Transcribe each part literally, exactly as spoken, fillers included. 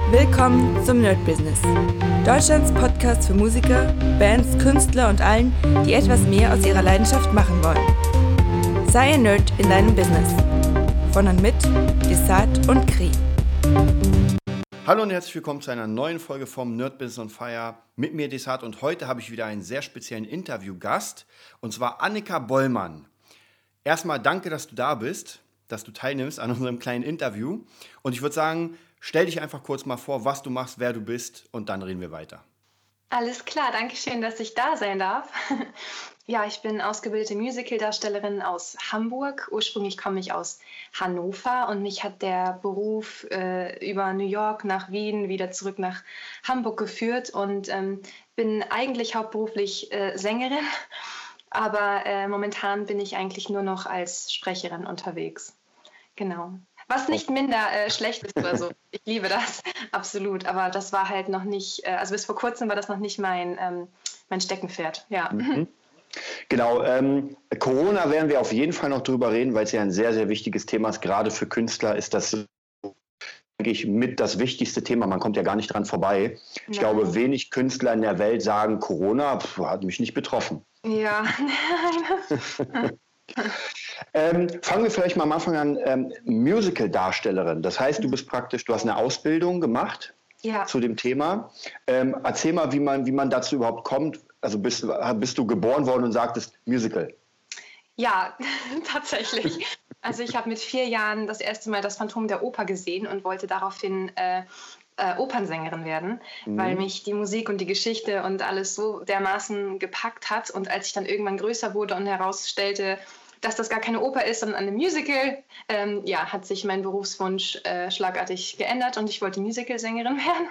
Willkommen zum Nerd Business. Deutschlands Podcast für Musiker, Bands, Künstler und allen, die etwas mehr aus ihrer Leidenschaft machen wollen. Sei ein Nerd in deinem Business. Von und mit Desart und Kri. Hallo und herzlich willkommen zu einer neuen Folge vom Nerd Business on Fire. Mit mir Desart und heute habe ich wieder einen sehr speziellen Interviewgast und zwar Annika Bollmann. Erstmal danke, dass du da bist, dass du teilnimmst an unserem kleinen Interview und ich würde sagen, stell dich einfach kurz mal vor, was du machst, wer du bist und dann reden wir weiter. Alles klar, danke schön, dass ich da sein darf. Ja, ich bin ausgebildete Musicaldarstellerin aus Hamburg. Ursprünglich komme ich aus Hannover und mich hat der Beruf äh, über New York nach Wien wieder zurück nach Hamburg geführt und ähm, bin eigentlich hauptberuflich äh, Sängerin, aber äh, momentan bin ich eigentlich nur noch als Sprecherin unterwegs. Genau. Was nicht minder äh, schlecht ist oder so. Ich liebe das, absolut. Aber das war halt noch nicht, äh, also bis vor kurzem war das noch nicht mein, ähm, mein Steckenpferd. Ja. Mhm. Genau, ähm, Corona werden wir auf jeden Fall noch drüber reden, weil es ja ein sehr, sehr wichtiges Thema ist. Gerade für Künstler ist das, denke ich, mit das wichtigste Thema. Man kommt ja gar nicht dran vorbei. Ich Nein. glaube, wenig Künstler in der Welt sagen, Corona pf, hat mich nicht betroffen. Ja, Ähm, fangen wir vielleicht mal am Anfang an, ähm, Musical-Darstellerin. Das heißt, du bist praktisch, du hast eine Ausbildung gemacht ja. zu dem Thema. Ähm, erzähl mal, wie man, wie man dazu überhaupt kommt. Also bist, bist du geboren worden und sagtest Musical? Ja, tatsächlich. Also ich habe mit vier Jahren das erste Mal das Phantom der Oper gesehen und wollte daraufhin äh, äh, Opernsängerin werden, Mhm. weil mich die Musik und die Geschichte und alles so dermaßen gepackt hat. Und als ich dann irgendwann größer wurde und herausstellte, dass das gar keine Oper ist, sondern eine Musical, ähm, ja, hat sich mein Berufswunsch äh, schlagartig geändert und ich wollte Musicalsängerin werden.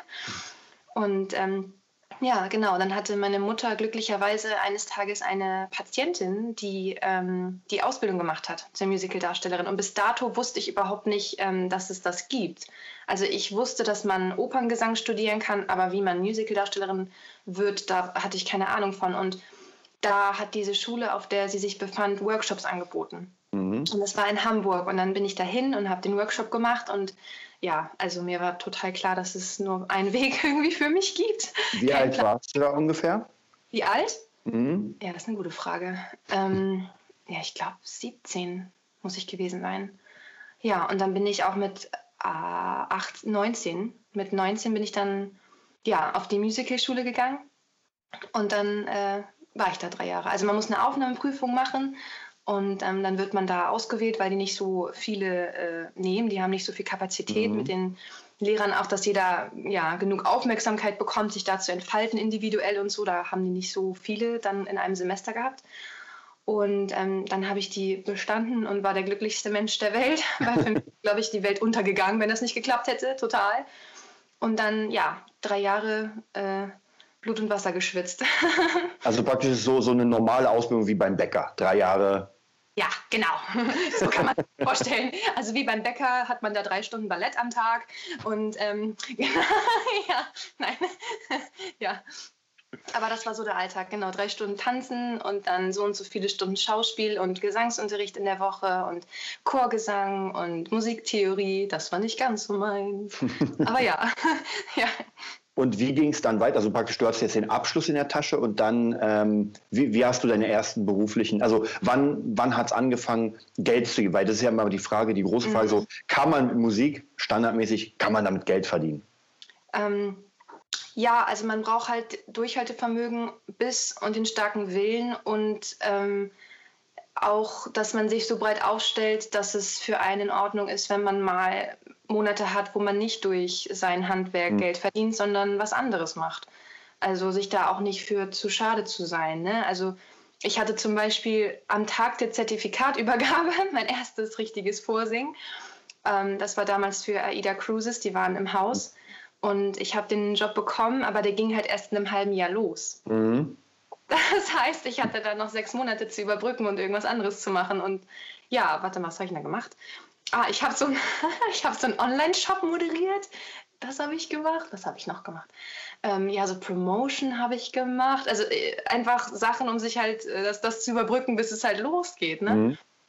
Und ähm, ja, genau, dann hatte meine Mutter glücklicherweise eines Tages eine Patientin, die ähm, die Ausbildung gemacht hat zur Musicaldarstellerin. Und bis dato wusste ich überhaupt nicht, ähm, dass es das gibt. Also ich wusste, dass man Operngesang studieren kann, aber wie man Musicaldarstellerin wird, da hatte ich keine Ahnung von. Und da hat diese Schule, auf der sie sich befand, Workshops angeboten. Mhm. Und das war in Hamburg. Und dann bin ich dahin und habe den Workshop gemacht. Und ja, also mir war total klar, dass es nur einen Weg irgendwie für mich gibt. Wie Kein alt Plan. warst du da ungefähr? Wie alt? Mhm. Ja, das ist eine gute Frage. Ähm, ja, ich glaube siebzehn muss ich gewesen sein. Ja, und dann bin ich auch mit äh, acht, neunzehn, mit neunzehn bin ich dann ja, auf die Musicalschule gegangen. Und dann äh, war ich da drei Jahre. Also man muss eine Aufnahmeprüfung machen und ähm, dann wird man da ausgewählt, weil die nicht so viele äh, nehmen. Die haben nicht so viel Kapazität Mhm. mit den Lehrern, auch dass jeder ja, genug Aufmerksamkeit bekommt, sich da zu entfalten individuell und so. Da haben die nicht so viele dann in einem Semester gehabt. Und ähm, dann habe ich die bestanden und war der glücklichste Mensch der Welt, weil für mich, glaube ich, die Welt untergegangen, wenn das nicht geklappt hätte, total. Und dann, ja, drei Jahre äh, Blut und Wasser geschwitzt. Also praktisch so, so eine normale Ausbildung wie beim Bäcker. Drei Jahre. Ja, genau. So kann man sich vorstellen. Also wie beim Bäcker hat man da drei Stunden Ballett am Tag. Und ähm, ja, nein. Ja. Aber das war so der Alltag, genau. Drei Stunden tanzen und dann so und so viele Stunden Schauspiel und Gesangsunterricht in der Woche und Chorgesang und Musiktheorie. Das war nicht ganz so meins. Aber ja, ja. Und wie ging es dann weiter? Also praktisch, du hast jetzt den Abschluss in der Tasche und dann, ähm, wie, wie hast du deine ersten beruflichen, also wann, wann hat es angefangen, Geld zu geben? Weil das ist ja immer die Frage, die große Frage, Mhm. so kann man mit Musik, standardmäßig, kann man damit Geld verdienen? Ähm, ja, also man braucht halt Durchhaltevermögen bis und den starken Willen und ähm, auch, dass man sich so breit aufstellt, dass es für einen in Ordnung ist, wenn man mal Monate hat, wo man nicht durch sein Handwerk Mhm. Geld verdient, sondern was anderes macht. Also sich da auch nicht für zu schade zu sein. Ne? Also ich hatte zum Beispiel am Tag der Zertifikatübergabe mein erstes richtiges Vorsingen. Ähm, das war damals für AIDA Cruises, die waren im Haus. Und ich habe den Job bekommen, aber der ging halt erst in einem halben Jahr los. Mhm. Das heißt, ich hatte dann noch sechs Monate zu überbrücken und irgendwas anderes zu machen. Und ja, warte mal, was habe ich denn da gemacht? Ah, ich habe so, ich hab so einen Online-Shop moderiert. Das habe ich gemacht. Was habe ich noch gemacht? Ähm, ja, so Promotion habe ich gemacht. Also äh, einfach Sachen, um sich halt äh, das, das zu überbrücken, bis es halt losgeht. Ne? Mhm.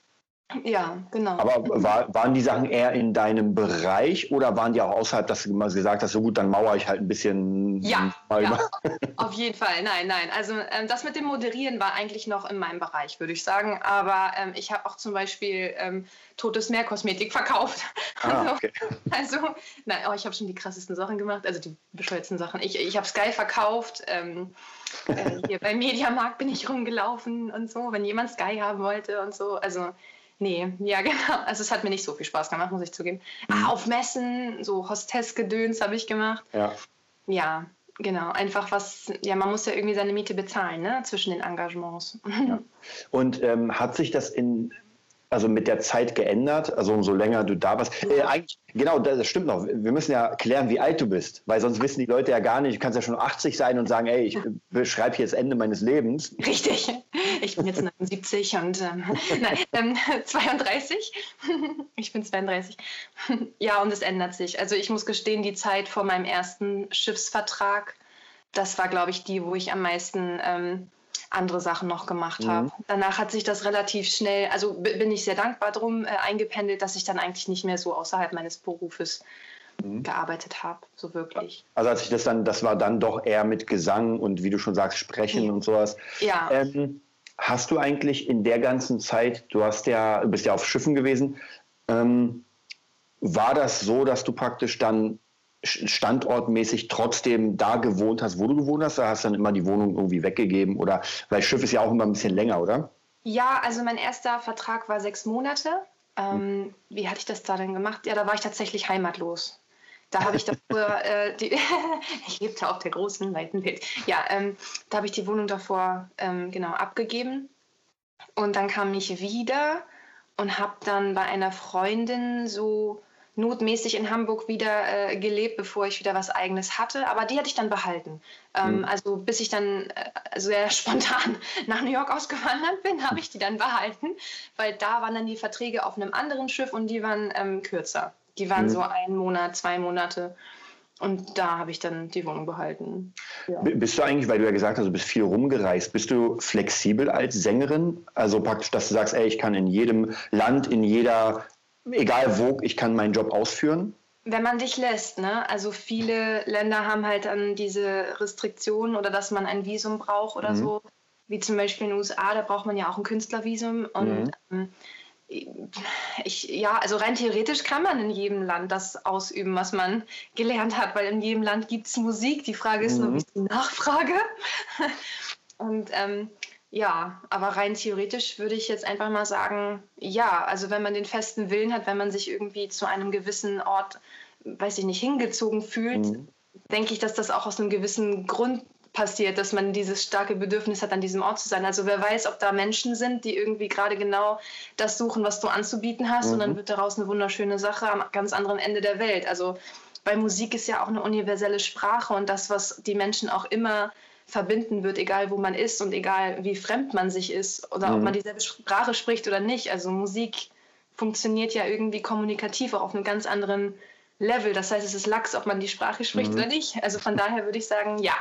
Ja, genau. Aber war, waren die Sachen eher in deinem Bereich oder waren die auch außerhalb, dass du mal gesagt hast, so gut, dann mauere ich halt ein bisschen Ja, mal ja, über. auf jeden Fall. Nein, nein. Also ähm, das mit dem Moderieren war eigentlich noch in meinem Bereich, würde ich sagen. Aber ähm, ich habe auch zum Beispiel ähm, Totes Meer Kosmetik verkauft. Ah, Also, okay. also nein, oh, ich habe schon die krassesten Sachen gemacht, also die bescheuertsten Sachen. Ich, ich habe Sky verkauft. Ähm, äh, hier beim Mediamarkt bin ich rumgelaufen und so, wenn jemand Sky haben wollte und so. Also nee, ja genau. Also es hat mir nicht so viel Spaß gemacht, muss ich zugeben. Mhm. Ah, auf Messen, so Hostessgedöns habe ich gemacht. Ja. Ja, genau. Einfach was, ja, man muss ja irgendwie seine Miete bezahlen, ne, zwischen den Engagements. Ja. Und ähm, hat sich das in, also mit der Zeit geändert? Also umso länger du da warst. Äh, eigentlich, genau, das stimmt noch. Wir müssen ja klären, wie alt du bist, weil sonst wissen die Leute ja gar nicht, du kannst ja schon achtzig sein und sagen, ey, ich beschreibe hier das Ende meines Lebens. Richtig. Ich bin jetzt neunundsiebzig und ähm, nein, ähm, zweiunddreißig. Ich bin zweiunddreißig. Ja, und es ändert sich. Also ich muss gestehen, die Zeit vor meinem ersten Schiffsvertrag, das war, glaube ich, die, wo ich am meisten ähm, andere Sachen noch gemacht Mhm. habe. Danach hat sich das relativ schnell, also b- bin ich sehr dankbar drum, äh, eingependelt, dass ich dann eigentlich nicht mehr so außerhalb meines Berufes Mhm. gearbeitet habe, so wirklich. Also als ich das dann, das war dann doch eher mit Gesang und wie du schon sagst, Sprechen Ja. und sowas. Ja. Ähm, hast du eigentlich in der ganzen Zeit, du hast ja, du bist ja auf Schiffen gewesen, ähm, war das so, dass du praktisch dann sch- standortmäßig trotzdem da gewohnt hast, wo du gewohnt hast, oder hast du dann immer die Wohnung irgendwie weggegeben? Oder weil Schiff ist ja auch immer ein bisschen länger, oder? Ja, also mein erster Vertrag war sechs Monate. Ähm, wie hatte ich das da denn gemacht? Ja, da war ich tatsächlich heimatlos. Da habe ich davor, äh, die, ich lebte auf der großen, weiten Welt. Ja, ähm, da habe ich die Wohnung davor ähm, genau abgegeben. Und dann kam ich wieder und habe dann bei einer Freundin so notmäßig in Hamburg wieder äh, gelebt, bevor ich wieder was Eigenes hatte. Aber die hatte ich dann behalten. Ähm, Mhm. Also bis ich dann äh, sehr spontan nach New York ausgewandert bin, habe ich die dann behalten. Weil da waren dann die Verträge auf einem anderen Schiff und die waren ähm, kürzer. Die waren Mhm. so ein Monat, zwei Monate. Und da habe ich dann die Wohnung behalten. Ja. B- Bist du eigentlich, weil du ja gesagt hast, du bist viel rumgereist, bist du flexibel als Sängerin? Also praktisch, dass du sagst, ey, ich kann in jedem Land, in jeder, egal wo, ich kann meinen Job ausführen? Wenn man dich lässt, ne? Also viele Länder haben halt dann diese Restriktionen oder dass man ein Visum braucht oder Mhm. so. Wie zum Beispiel in den U S A, da braucht man ja auch ein Künstlervisum. Und Mhm. ähm, ich, ja, also rein theoretisch kann man in jedem Land das ausüben, was man gelernt hat, weil in jedem Land gibt es Musik. Die Frage ist nur, Mhm. wie ist die Nachfrage? Und ähm, ja, aber rein theoretisch würde ich jetzt einfach mal sagen, ja, also wenn man den festen Willen hat, wenn man sich irgendwie zu einem gewissen Ort, weiß ich nicht, hingezogen fühlt, Mhm. denke ich, dass das auch aus einem gewissen Grund passiert, dass man dieses starke Bedürfnis hat, an diesem Ort zu sein. Also wer weiß, ob da Menschen sind, die irgendwie gerade genau das suchen, was du anzubieten hast, und dann Mhm. wird daraus eine wunderschöne Sache am ganz anderen Ende der Welt. Also weil Musik ist ja auch eine universelle Sprache und das, was die Menschen auch immer verbinden wird, egal wo man ist und egal wie fremd man sich ist oder ob Mhm. man dieselbe Sprache spricht oder nicht. Also Musik funktioniert ja irgendwie kommunikativ auch auf einem ganz anderen Level. Das heißt, es ist Lachs, ob man die Sprache spricht Mhm. oder nicht. Also von daher würde ich sagen, ja.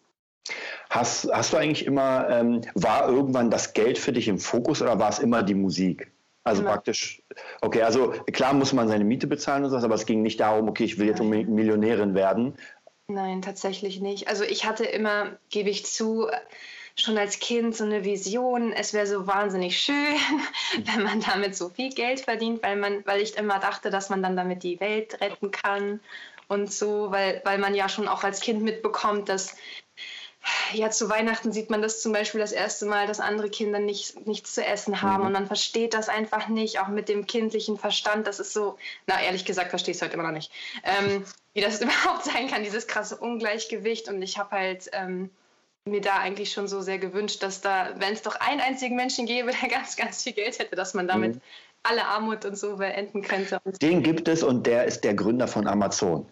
Hast, hast du eigentlich immer, ähm, war irgendwann das Geld für dich im Fokus oder war es immer die Musik? Also Immer. praktisch, okay, also klar muss man seine Miete bezahlen und sowas, aber es ging nicht darum, okay, ich will jetzt unbedingt Millionärin werden. Nein, tatsächlich nicht. Also ich hatte immer, gebe ich zu, schon als Kind so eine Vision, es wäre so wahnsinnig schön, wenn man damit so viel Geld verdient, weil man, weil ich immer dachte, dass man dann damit die Welt retten kann und so, weil, weil man ja schon auch als Kind mitbekommt, dass ja, zu Weihnachten sieht man das zum Beispiel das erste Mal, dass andere Kinder nicht, nichts zu essen haben, Mhm. und man versteht das einfach nicht, auch mit dem kindlichen Verstand. Das ist so, na ehrlich gesagt, verstehe ich es heute immer noch nicht, ähm, wie das überhaupt sein kann, dieses krasse Ungleichgewicht. Und ich habe halt ähm, mir da eigentlich schon so sehr gewünscht, dass da, wenn es doch einen einzigen Menschen gäbe, der ganz, ganz viel Geld hätte, dass man damit Mhm. alle Armut und so beenden könnte. Und Den gibt es und der ist der Gründer von Amazon.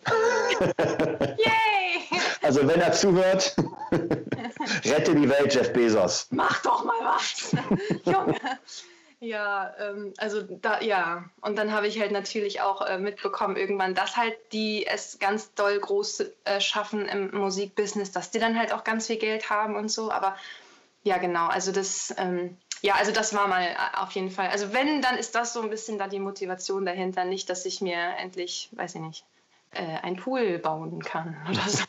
yay! Also wenn er zuhört, rette die Welt, Jeff Bezos. Mach doch mal was, Junge. Ja, ähm, also da, ja. Und dann habe ich halt natürlich auch äh, mitbekommen irgendwann, dass halt die es ganz doll groß äh, schaffen im Musikbusiness, dass die dann halt auch ganz viel Geld haben und so. Aber ja, genau, also das ähm, ja, also das war mal auf jeden Fall. Also wenn, dann ist das so ein bisschen da die Motivation dahinter. Nicht, dass ich mir endlich, weiß ich nicht, äh, ein Pool bauen kann oder so.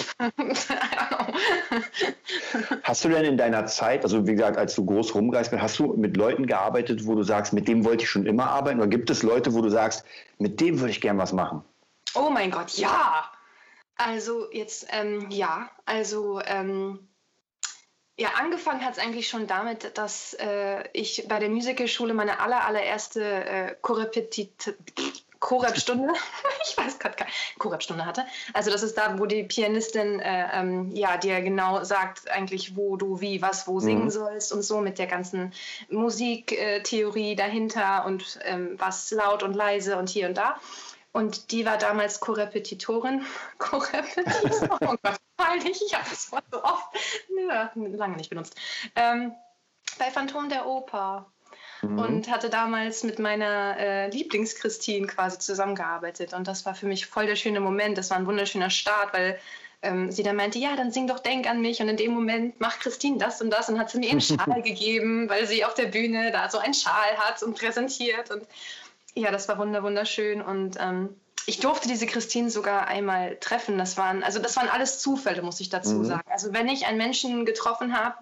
Hast du denn in deiner Zeit, also wie gesagt, als du groß rumgereist bist, hast du mit Leuten gearbeitet, wo du sagst, mit dem wollte ich schon immer arbeiten? Oder gibt es Leute, wo du sagst, mit dem würde ich gern was machen? Oh mein Gott, ja! Also jetzt, ähm, ja, also ähm, ja, angefangen hat es eigentlich schon damit, dass äh, ich bei der Musicalschule meine aller, allererste äh, Korrepetit- Korrepstunde, ich weiß gerade gar nicht, Korrepstunde hatte. Also das ist da, wo die Pianistin äh, ähm, ja, dir genau sagt eigentlich, wo du wie, was, wo singen Mhm. sollst und so mit der ganzen Musiktheorie dahinter und ähm, was laut und leise und hier und da. Und die war damals Korrepetitorin. Korrepetitor, oh Gott, peinlich, ich habe das Wort so oft ja, lange nicht benutzt. Ähm, bei Phantom der Oper. Mhm. Und hatte damals mit meiner äh, Lieblings-Christine quasi zusammengearbeitet. Und das war für mich voll der schöne Moment. Das war ein wunderschöner Start, weil ähm, sie dann meinte, ja, dann sing doch Denk an mich. Und in dem Moment macht Christine das und das. Und hat sie mir einen Schal gegeben, weil sie auf der Bühne da so einen Schal hat und präsentiert. Und ja, das war wunderschön. Und ähm, ich durfte diese Christine sogar einmal treffen. Das waren, also das waren alles Zufälle, muss ich dazu Mhm. sagen. Also wenn ich einen Menschen getroffen habe,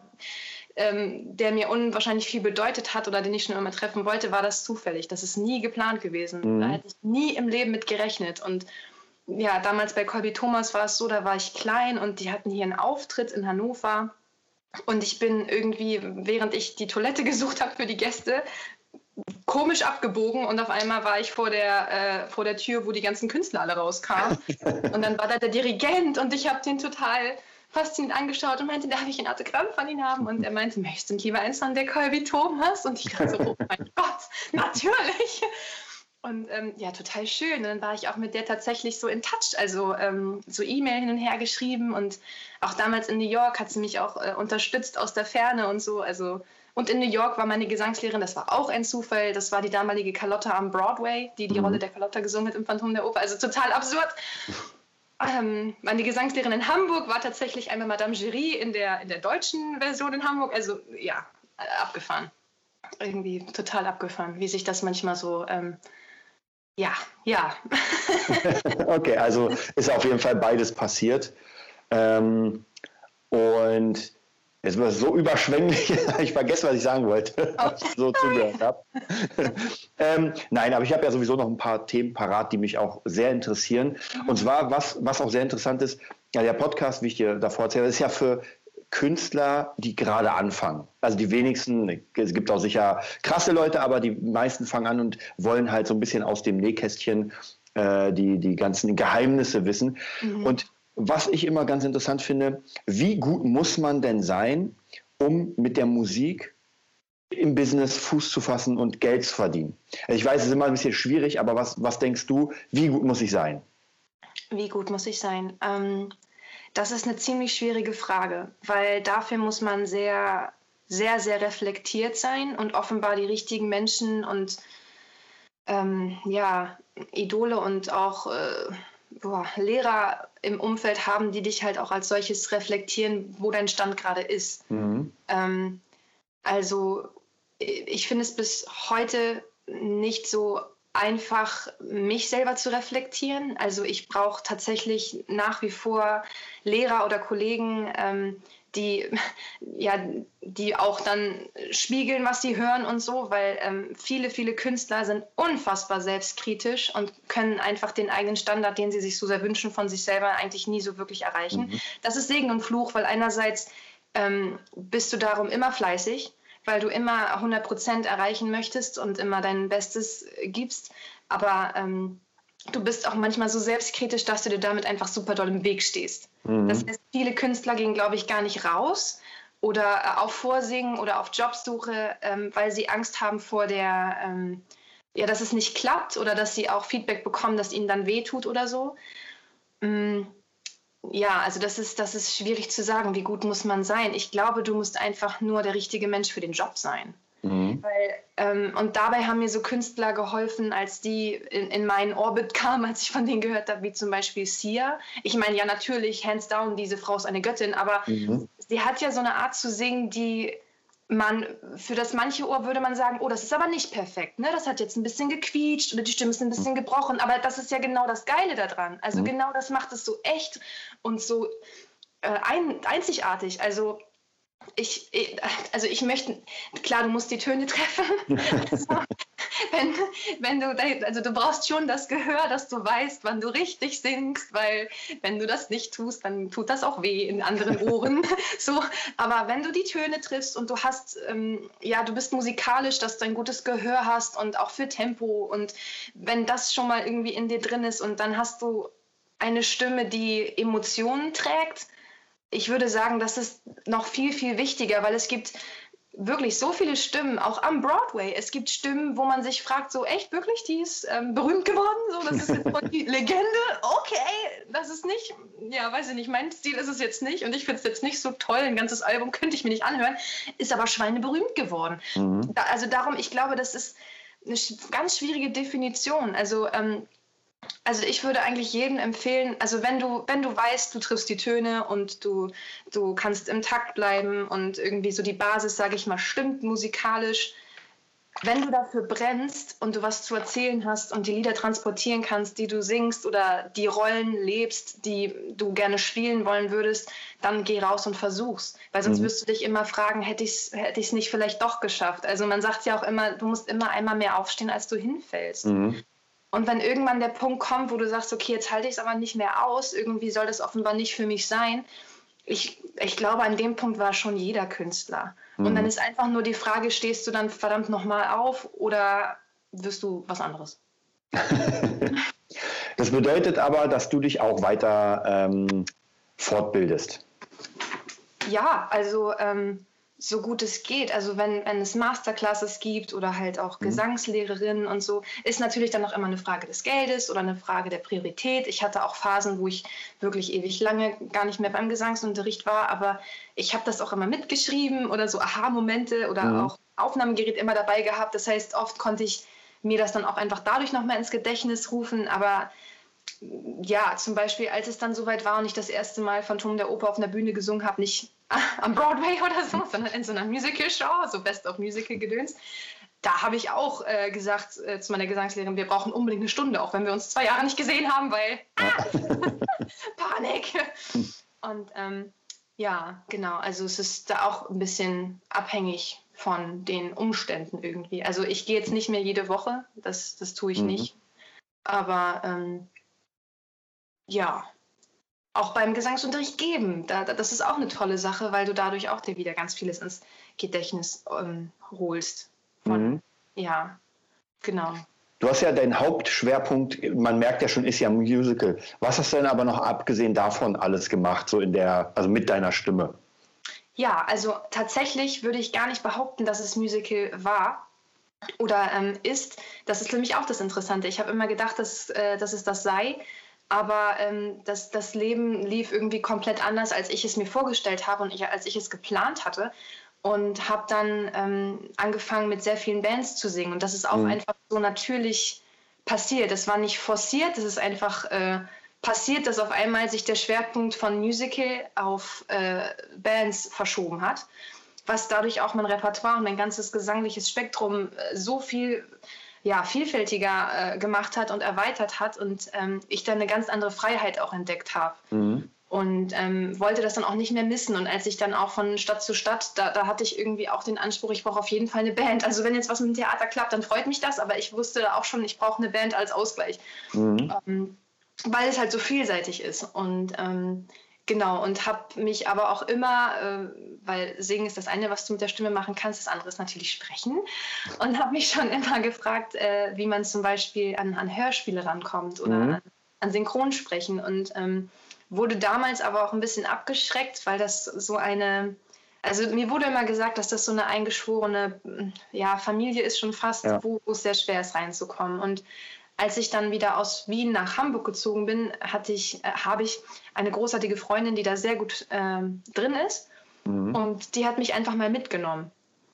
ähm, der mir unwahrscheinlich viel bedeutet hat oder den ich schon immer treffen wollte, war das zufällig. Das ist nie geplant gewesen. Mhm. Da hätte ich nie im Leben mit gerechnet. Und ja, damals bei Colby Thomas war es so, da war ich klein und die hatten hier einen Auftritt in Hannover. Und ich bin irgendwie, während ich die Toilette gesucht habe für die Gäste, komisch abgebogen und auf einmal war ich vor der, äh, vor der Tür, wo die ganzen Künstler alle rauskamen. Und dann war da der Dirigent und ich habe den total fasziniert angeschaut und meinte, darf ich ein Autogramm von Ihnen haben? Und er meinte, möchtest du lieber eins von der Colby Thomas? Und ich dachte so, oh mein Gott, natürlich! Und ähm, ja, total schön. Und dann war ich auch mit der tatsächlich so in touch, also ähm, so E-Mail hin und her geschrieben und auch damals in New York hat sie mich auch äh, unterstützt aus der Ferne und so, also und in New York war meine Gesangslehrerin, das war auch ein Zufall, das war die damalige Carlotta am Broadway, die die Mhm. Rolle der Carlotta gesungen hat im Phantom der Oper, also total absurd. Ähm, meine Gesangslehrerin in Hamburg war tatsächlich einmal Madame Giry in der, in der deutschen Version in Hamburg, also ja, äh, abgefahren. Irgendwie total abgefahren, wie sich das manchmal so, ähm, ja, ja. Okay, also ist auf jeden Fall beides passiert. Ähm, und jetzt war es so überschwänglich, ich vergesse, was ich sagen wollte, als ich so zugehört habe. ähm, nein, aber ich habe ja sowieso noch ein paar Themen parat, die mich auch sehr interessieren. Und zwar, was, was auch sehr interessant ist, ja, der Podcast, wie ich dir davor erzählt habe, ist ja für Künstler, die gerade anfangen. Also die wenigsten, es gibt auch sicher krasse Leute, aber die meisten fangen an und wollen halt so ein bisschen aus dem Nähkästchen äh, die, die ganzen Geheimnisse wissen. Mhm. Und was ich immer ganz interessant finde, wie gut muss man denn sein, um mit der Musik im Business Fuß zu fassen und Geld zu verdienen? Also ich weiß, es ist immer ein bisschen schwierig, aber was, was denkst du, wie gut muss ich sein? Wie gut muss ich sein? Ähm, das ist eine ziemlich schwierige Frage, weil dafür muss man sehr, sehr, sehr reflektiert sein und offenbar die richtigen Menschen und ähm, ja, Idole und auch äh, boah, Lehrer im Umfeld haben, die dich halt auch als solches reflektieren, wo dein Stand gerade ist. Mhm. Ähm, also ich finde es bis heute nicht so einfach, mich selber zu reflektieren. Also ich brauche tatsächlich nach wie vor Lehrer oder Kollegen, ähm, die, ja, die auch dann spiegeln, was sie hören und so, weil ähm, viele, viele Künstler sind unfassbar selbstkritisch und können einfach den eigenen Standard, den sie sich so sehr wünschen, von sich selber eigentlich nie so wirklich erreichen. Mhm. Das ist Segen und Fluch, weil einerseits ähm, bist du darum immer fleißig, weil du immer hundert Prozent erreichen möchtest und immer dein Bestes gibst, aber ähm, du bist auch manchmal so selbstkritisch, dass du dir damit einfach super doll im Weg stehst. Mhm. Das heißt, viele Künstler gehen, glaube ich, gar nicht raus oder äh, auf Vorsingen oder auf Jobsuche, ähm, weil sie Angst haben vor der, ähm, ja, dass es nicht klappt oder dass sie auch Feedback bekommen, das ihnen dann wehtut oder so. Mm, ja, also das ist, das ist schwierig zu sagen, wie gut muss man sein. Ich glaube, du musst einfach nur der richtige Mensch für den Job sein. Mhm. Weil, ähm, und dabei haben mir so Künstler geholfen, als die in, in meinen Orbit kamen, als ich von denen gehört habe, wie zum Beispiel Sia. Ich meine, ja natürlich, hands down, diese Frau ist eine Göttin, aber Mhm. sie hat ja so eine Art zu singen, die man, für das manche Ohr würde man sagen, oh, das ist aber nicht perfekt, ne? Das hat jetzt ein bisschen gequietscht oder die Stimme ist ein bisschen gebrochen, aber das ist ja genau das Geile daran. Also mhm. genau das macht es so echt und so äh, ein, einzigartig. Also ich, also ich möchte, klar, du musst die Töne treffen. Also, wenn, wenn du, also du brauchst schon das Gehör, dass du weißt, wann du richtig singst, weil wenn du das nicht tust, dann tut das auch weh in anderen Ohren. So, aber wenn du die Töne triffst und du hast, ähm, ja, du bist musikalisch, dass du ein gutes Gehör hast und auch für Tempo und wenn das schon mal irgendwie in dir drin ist und dann hast du eine Stimme, die Emotionen trägt. Ich würde sagen, das ist noch viel, viel wichtiger, weil es gibt wirklich so viele Stimmen, auch am Broadway. Es gibt Stimmen, wo man sich fragt, so echt, wirklich, die ist ähm, berühmt geworden? So, das ist jetzt voll die Legende? Okay, das ist nicht, ja, weiß ich nicht, mein Stil ist es jetzt nicht und ich finde es jetzt nicht so toll, ein ganzes Album könnte ich mir nicht anhören, ist aber schweineberühmt geworden. Mhm. Da, also darum, ich glaube, das ist eine ganz schwierige Definition. Also, ähm, Also ich würde eigentlich jedem empfehlen, also wenn du, wenn du weißt, du triffst die Töne und du, du kannst im Takt bleiben und irgendwie so die Basis, sage ich mal, stimmt musikalisch, wenn du dafür brennst und du was zu erzählen hast und die Lieder transportieren kannst, die du singst oder die Rollen lebst, die du gerne spielen wollen würdest, dann geh raus und versuch's. Weil sonst mhm. wirst du dich immer fragen, hätte ich es hätte ich's nicht vielleicht doch geschafft? Also man sagt ja auch immer, du musst immer einmal mehr aufstehen, als du hinfällst. Mhm. Und wenn irgendwann der Punkt kommt, wo du sagst, okay, jetzt halte ich es aber nicht mehr aus, irgendwie soll das offenbar nicht für mich sein. Ich, ich glaube, an dem Punkt war schon jeder Künstler. Mhm. Und dann ist einfach nur die Frage, stehst du dann verdammt nochmal auf oder wirst du was anderes? Das bedeutet aber, dass du dich auch weiter ähm, fortbildest. Ja, also ähm, so gut es geht. Also wenn, wenn es Masterclasses gibt oder halt auch mhm. Gesangslehrerinnen und so, ist natürlich dann auch immer eine Frage des Geldes oder eine Frage der Priorität. Ich hatte auch Phasen, wo ich wirklich ewig lange gar nicht mehr beim Gesangsunterricht war, aber ich habe das auch immer mitgeschrieben oder so Aha-Momente oder mhm. auch Aufnahmegerät immer dabei gehabt. Das heißt, oft konnte ich mir das dann auch einfach dadurch noch mal ins Gedächtnis rufen, aber ja, zum Beispiel, als es dann soweit war und ich das erste Mal Phantom der Oper auf einer Bühne gesungen habe, nicht am Broadway oder so, sondern in so einer Musical-Show, so Best of Musical-Gedöns, da habe ich auch äh, gesagt äh, zu meiner Gesangslehrerin, wir brauchen unbedingt eine Stunde, auch wenn wir uns zwei Jahre nicht gesehen haben, weil ah, Panik. Und ähm, ja, genau, also es ist da auch ein bisschen abhängig von den Umständen irgendwie. Also ich gehe jetzt nicht mehr jede Woche, das, das tue ich mhm. nicht, aber ähm, ja, auch beim Gesangsunterricht geben, da, das ist auch eine tolle Sache, weil du dadurch auch dir wieder ganz vieles ins Gedächtnis ähm, holst. Von, mhm. Ja, genau. Du hast ja deinen Hauptschwerpunkt, man merkt ja schon, ist ja Musical. Was hast du denn aber noch abgesehen davon alles gemacht, so in der, also mit deiner Stimme? Ja, also tatsächlich würde ich gar nicht behaupten, dass es Musical war oder ähm, ist. Das ist für mich auch das Interessante. Ich habe immer gedacht, dass, äh, dass es das sei. Aber ähm, das, das Leben lief irgendwie komplett anders, als ich es mir vorgestellt habe und ich, als ich es geplant hatte. Und habe dann ähm, angefangen, mit sehr vielen Bands zu singen. Und das ist auch mhm. einfach so natürlich passiert. Das war nicht forciert, es ist einfach äh, passiert, dass auf einmal sich der Schwerpunkt von Musical auf äh, Bands verschoben hat. Was dadurch auch mein Repertoire und mein ganzes gesangliches Spektrum äh, so viel ja, vielfältiger äh, gemacht hat und erweitert hat und ähm, ich dann eine ganz andere Freiheit auch entdeckt habe. Mhm. Und ähm, wollte das dann auch nicht mehr missen. Und als ich dann auch von Stadt zu Stadt, da, da hatte ich irgendwie auch den Anspruch, ich brauche auf jeden Fall eine Band. Also wenn jetzt was mit dem Theater klappt, dann freut mich das, aber ich wusste da auch schon, ich brauche eine Band als Ausgleich. Mhm. Ähm, weil es halt so vielseitig ist. Und ähm, genau, und habe mich aber auch immer, äh, weil Singen ist das eine, was du mit der Stimme machen kannst, das andere ist natürlich Sprechen. Und habe mich schon immer gefragt, äh, wie man zum Beispiel an, an Hörspiele rankommt oder mhm. an, an Synchronsprechen. Und ähm, wurde damals aber auch ein bisschen abgeschreckt, weil das so eine, also mir wurde immer gesagt, dass das so eine eingeschworene ja, Familie ist schon fast, ja. wo es sehr schwer ist reinzukommen. Und als ich dann wieder aus Wien nach Hamburg gezogen bin, hatte ich, äh, habe ich eine großartige Freundin, die da sehr gut äh, drin ist. Mhm. Und die hat mich einfach mal mitgenommen.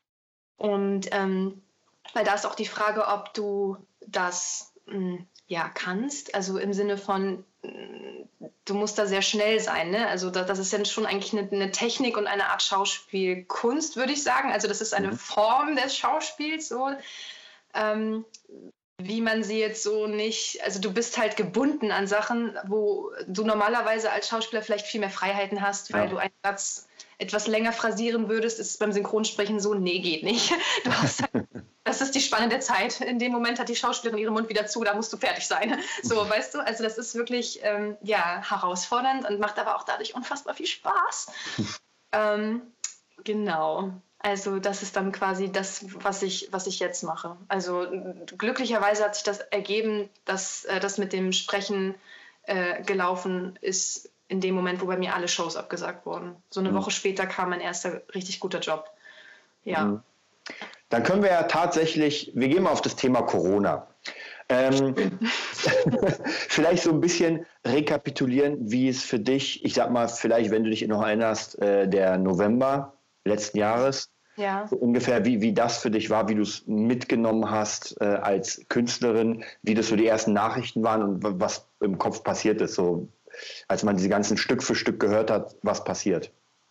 Und ähm, weil da ist auch die Frage, ob du das mh, ja kannst. Also im Sinne von, mh, du musst da sehr schnell sein, ne? Also da, das ist ja schon eigentlich eine, eine Technik und eine Art Schauspielkunst, würde ich sagen. Also das ist eine mhm. Form des Schauspiels, so ähm, wie man sie jetzt so nicht, also du bist halt gebunden an Sachen, wo du normalerweise als Schauspieler vielleicht viel mehr Freiheiten hast, weil ja. du einen Satz etwas länger phrasieren würdest, ist beim Synchronsprechen so, nee, geht nicht. Du hast halt, das ist die Spanne der Zeit. In dem Moment hat die Schauspielerin ihren Mund wieder zu, da musst du fertig sein. So, weißt du, also das ist wirklich ähm, ja, herausfordernd und macht aber auch dadurch unfassbar viel Spaß. ähm, genau. Also das ist dann quasi das, was ich, was ich jetzt mache. Also glücklicherweise hat sich das ergeben, dass äh, das mit dem Sprechen äh, gelaufen ist, in dem Moment, wo bei mir alle Shows abgesagt wurden. So eine mhm. Woche später kam mein erster richtig guter Job. Ja. Mhm. Dann können wir ja tatsächlich, wir gehen mal auf das Thema Corona. Ähm, vielleicht so ein bisschen rekapitulieren, wie es für dich, ich sag mal, vielleicht, wenn du dich noch erinnerst, äh, der November letzten Jahres, ja. so ungefähr, wie, wie das für dich war, wie du es mitgenommen hast äh, als Künstlerin, wie das so die ersten Nachrichten waren und was im Kopf passiert ist, so als man diese ganzen Stück für Stück gehört hat, was passiert.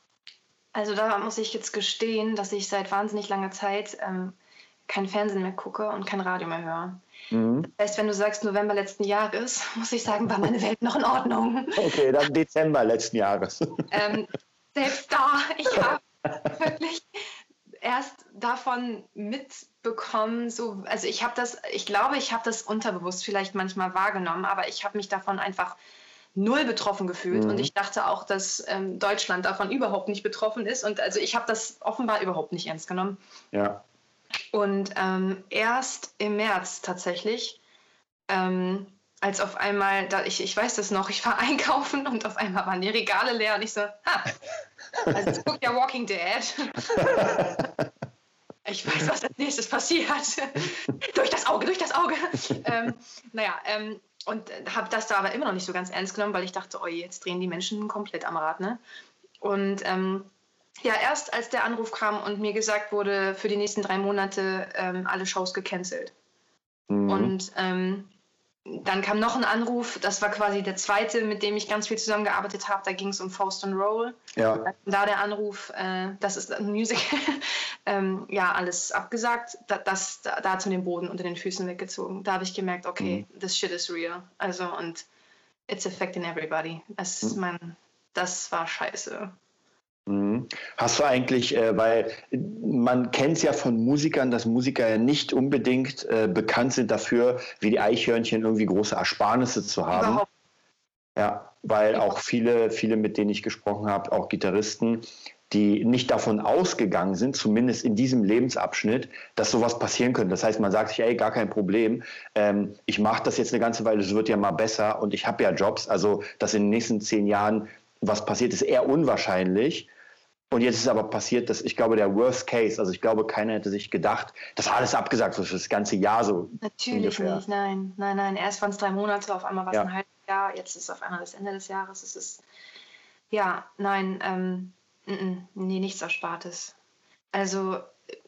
Also da muss ich jetzt gestehen, dass ich seit wahnsinnig langer Zeit ähm, kein Fernsehen mehr gucke und kein Radio mehr höre. Mhm. Das heißt, wenn du sagst November letzten Jahres, muss ich sagen, war meine Welt noch in Ordnung. Okay, dann Dezember letzten Jahres. ähm, selbst da, ich habe wirklich erst davon mitbekommen, so, also ich habe das, ich glaube, ich habe das unterbewusst vielleicht manchmal wahrgenommen, aber ich habe mich davon einfach null betroffen gefühlt mhm. und ich dachte auch, dass ähm, Deutschland davon überhaupt nicht betroffen ist und also ich habe das offenbar überhaupt nicht ernst genommen. Ja. Und ähm, erst im März tatsächlich, ähm, als auf einmal, da ich, ich weiß das noch, ich war einkaufen und auf einmal waren die Regale leer und ich so, ha, also ich gucke ja Walking Dead. Ich weiß, was als nächstes passiert. durch das Auge, durch das Auge. ähm, naja, ähm, und habe das da aber immer noch nicht so ganz ernst genommen, weil ich dachte, oh, jetzt drehen die Menschen komplett am Rad, ne? Und ähm, ja, erst als der Anruf kam und mir gesagt wurde, für die nächsten drei Monate ähm, alle Shows gecancelt. Mhm. Und ähm, dann kam noch ein Anruf, das war quasi der zweite, mit dem ich ganz viel zusammengearbeitet habe. Da ging es um Faust and Roll. Ja. Da der Anruf, äh, das ist ein Musical, ähm, ja, alles abgesagt. Da, das, da, da hat mir den Boden unter den Füßen weggezogen. Da habe ich gemerkt, okay, mhm. this shit is real. Also, und it's affecting everybody. Das, mhm. mein, das war scheiße. Hast du eigentlich, äh, weil man kennt es ja von Musikern, dass Musiker ja nicht unbedingt äh, bekannt sind dafür, wie die Eichhörnchen irgendwie große Ersparnisse zu haben. Überhaupt. Ja, weil auch viele, viele, mit denen ich gesprochen habe, auch Gitarristen, die nicht davon ausgegangen sind, zumindest in diesem Lebensabschnitt, dass sowas passieren könnte. Das heißt, man sagt sich, ey, gar kein Problem, ähm, ich mache das jetzt eine ganze Weile, es wird ja mal besser und ich habe ja Jobs, also dass in den nächsten zehn Jahren was passiert, ist eher unwahrscheinlich. Und jetzt ist aber passiert, dass ich glaube, der Worst Case, also ich glaube, keiner hätte sich gedacht, dass alles abgesagt wird für das ganze Jahr so. Natürlich ungefähr. Nicht, nein, nein, nein. Erst waren es drei Monate, auf einmal war es ja. ein halbes Jahr, jetzt ist es auf einmal das Ende des Jahres. Es ist, ja, nein, ähm, n- n- nee, nichts Erspartes. Also,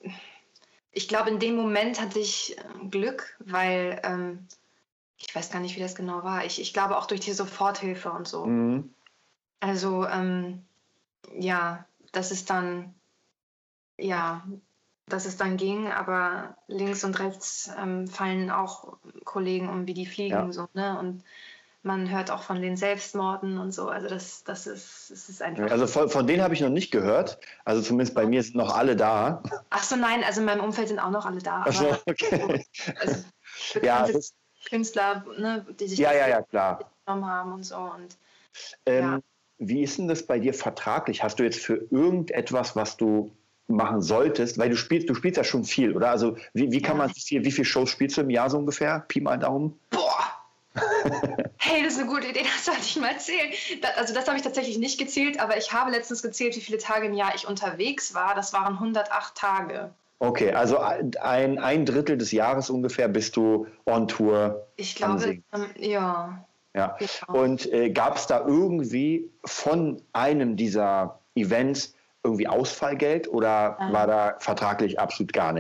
ich glaube, in dem Moment hatte ich Glück, weil, ähm, ich weiß gar nicht, wie das genau war. Ich, ich glaube auch durch die Soforthilfe und so. Mhm. Also, ähm, ja, dass es dann, ja, dass es dann ging, aber links und rechts ähm, fallen auch Kollegen um, wie die fliegen, ja. so, ne? Und man hört auch von den Selbstmorden und so, also das, das ist, das ist einfach... Also von, von denen habe ich noch nicht gehört, also zumindest bei mir sind noch alle da. Ach so, nein, also in meinem Umfeld sind auch noch alle da. Ach so, okay. Also, ja, das, Künstler, ne, die sich ja, ja, ja, klar. genommen haben und so und ähm, ja. Wie ist denn das bei dir vertraglich? Hast du jetzt für irgendetwas, was du machen solltest, weil du spielst, du spielst ja schon viel, oder? Also wie, wie kann ja. man sich hier, wie viele Shows spielst du im Jahr so ungefähr? Pi mal Daumen? Boah! Hey, das ist eine gute Idee, das sollte ich mal zählen. Das, also das habe ich tatsächlich nicht gezählt, aber ich habe letztens gezählt, wie viele Tage im Jahr ich unterwegs war. Das waren hundertacht Tage. Okay, also ein, ein Drittel des Jahres ungefähr bist du on Tour. Ich glaube, ähm, ja. Ja. Genau. Und äh, gab es da irgendwie von einem dieser Events irgendwie Ausfallgeld oder ähm. war da vertraglich absolut gar nichts?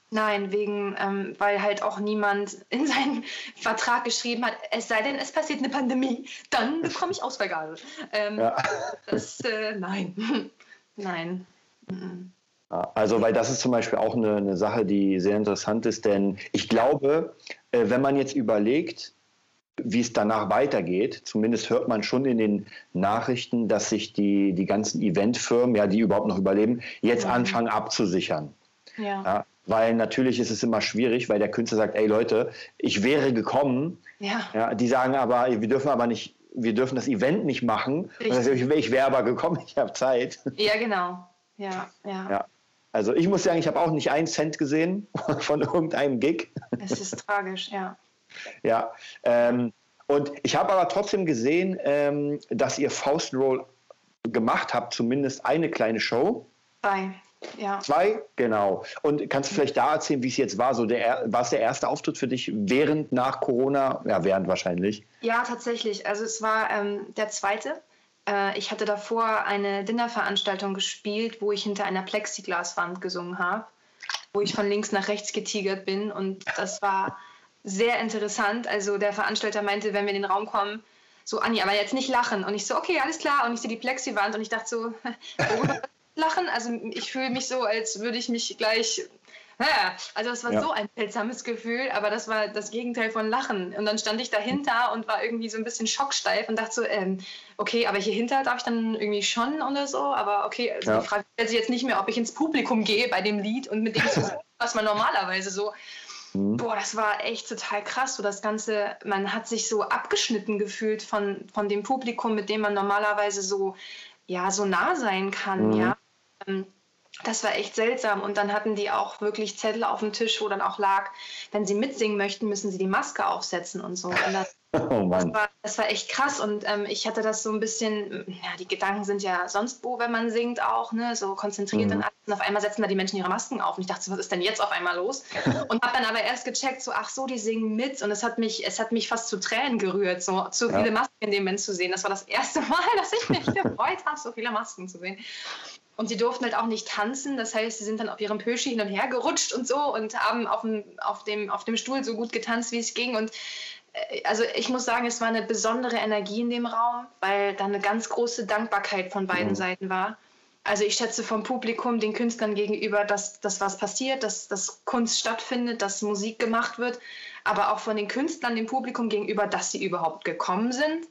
Nein, wegen, ähm, weil halt auch niemand in seinen Vertrag geschrieben hat, es sei denn, es passiert eine Pandemie, dann bekomme ich Ausfallgage. Ähm, Ja. Das, äh, nein, nein. Mhm. Also, weil das ist zum Beispiel auch eine, eine Sache, die sehr interessant ist, denn ich glaube, äh, wenn man jetzt überlegt, wie es danach weitergeht, zumindest hört man schon in den Nachrichten, dass sich die, die ganzen Eventfirmen, ja, die überhaupt noch überleben, jetzt Mhm. anfangen abzusichern. Ja. Ja, weil natürlich ist es immer schwierig, weil der Künstler sagt, ey Leute, ich wäre gekommen. Ja. Ja, die sagen aber, wir dürfen aber nicht, wir dürfen das Event nicht machen. Und dann sage ich, ich wäre aber gekommen, ich habe Zeit. Ja, genau. Ja, ja. Ja. Also ich muss sagen, ich habe auch nicht einen Cent gesehen von irgendeinem Gig. Es ist tragisch, ja. Ja, ähm, und ich habe aber trotzdem gesehen, ähm, dass ihr Faustroll gemacht habt, zumindest eine kleine Show. Zwei, ja. Zwei, genau. Und kannst du vielleicht da erzählen, wie es jetzt war? So der, war es der erste Auftritt für dich während, nach Corona? Ja, während wahrscheinlich. Ja, tatsächlich. Also es war ähm, der zweite. Äh, ich hatte davor eine Dinnerveranstaltung gespielt, wo ich hinter einer Plexiglaswand gesungen habe, wo ich von links nach rechts getigert bin. Und das war sehr interessant. Also der Veranstalter meinte, wenn wir in den Raum kommen, so, Anni, aber jetzt nicht lachen. Und ich so, okay, alles klar. Und ich sehe die Plexiwand und ich dachte so, worüber lachen? Also ich fühle mich so, als würde ich mich gleich... Ja, also es war Ja. so ein seltsames Gefühl, aber das war das Gegenteil von Lachen. Und dann stand ich dahinter und war irgendwie so ein bisschen schocksteif und dachte so, ähm, okay, aber hier hinter darf ich dann irgendwie schon oder so. Aber okay, also Ja. die Frage stellt sich jetzt nicht mehr, ob ich ins Publikum gehe bei dem Lied und mit dem zusammen, was man normalerweise so... Mhm. Boah, das war echt total krass. So das Ganze, man hat sich so abgeschnitten gefühlt von, von dem Publikum, mit dem man normalerweise so, ja, so nah sein kann, Mhm. ja. Ähm, Das war echt seltsam. Und dann hatten die auch wirklich Zettel auf dem Tisch, wo dann auch lag, wenn sie mitsingen möchten, müssen sie die Maske aufsetzen und so. Und das, Oh das, Mann. war, das war echt krass. Und ähm, ich hatte das so ein bisschen, ja, die Gedanken sind ja sonst wo, wenn man singt auch, ne, so konzentriert Mhm. und alles. Und auf einmal setzen da die Menschen ihre Masken auf. Und ich dachte so, was ist denn jetzt auf einmal los? Und habe dann aber erst gecheckt, so, ach so, die singen mit. Und es hat mich, es hat mich fast zu Tränen gerührt, so, so Ja. viele Masken in dem Moment zu sehen. Das war das erste Mal, dass ich mich gefreut habe, so viele Masken zu sehen. Und sie durften halt auch nicht tanzen, das heißt, sie sind dann auf ihrem Pöschi hin und her gerutscht und so und haben auf dem, auf dem, auf dem Stuhl so gut getanzt, wie es ging. Und äh, also ich muss sagen, es war eine besondere Energie in dem Raum, weil da eine ganz große Dankbarkeit von beiden Mhm. Seiten war. Also ich schätze vom Publikum den Künstlern gegenüber, dass, dass was passiert, dass, dass Kunst stattfindet, dass Musik gemacht wird, aber auch von den Künstlern dem Publikum gegenüber, dass sie überhaupt gekommen sind.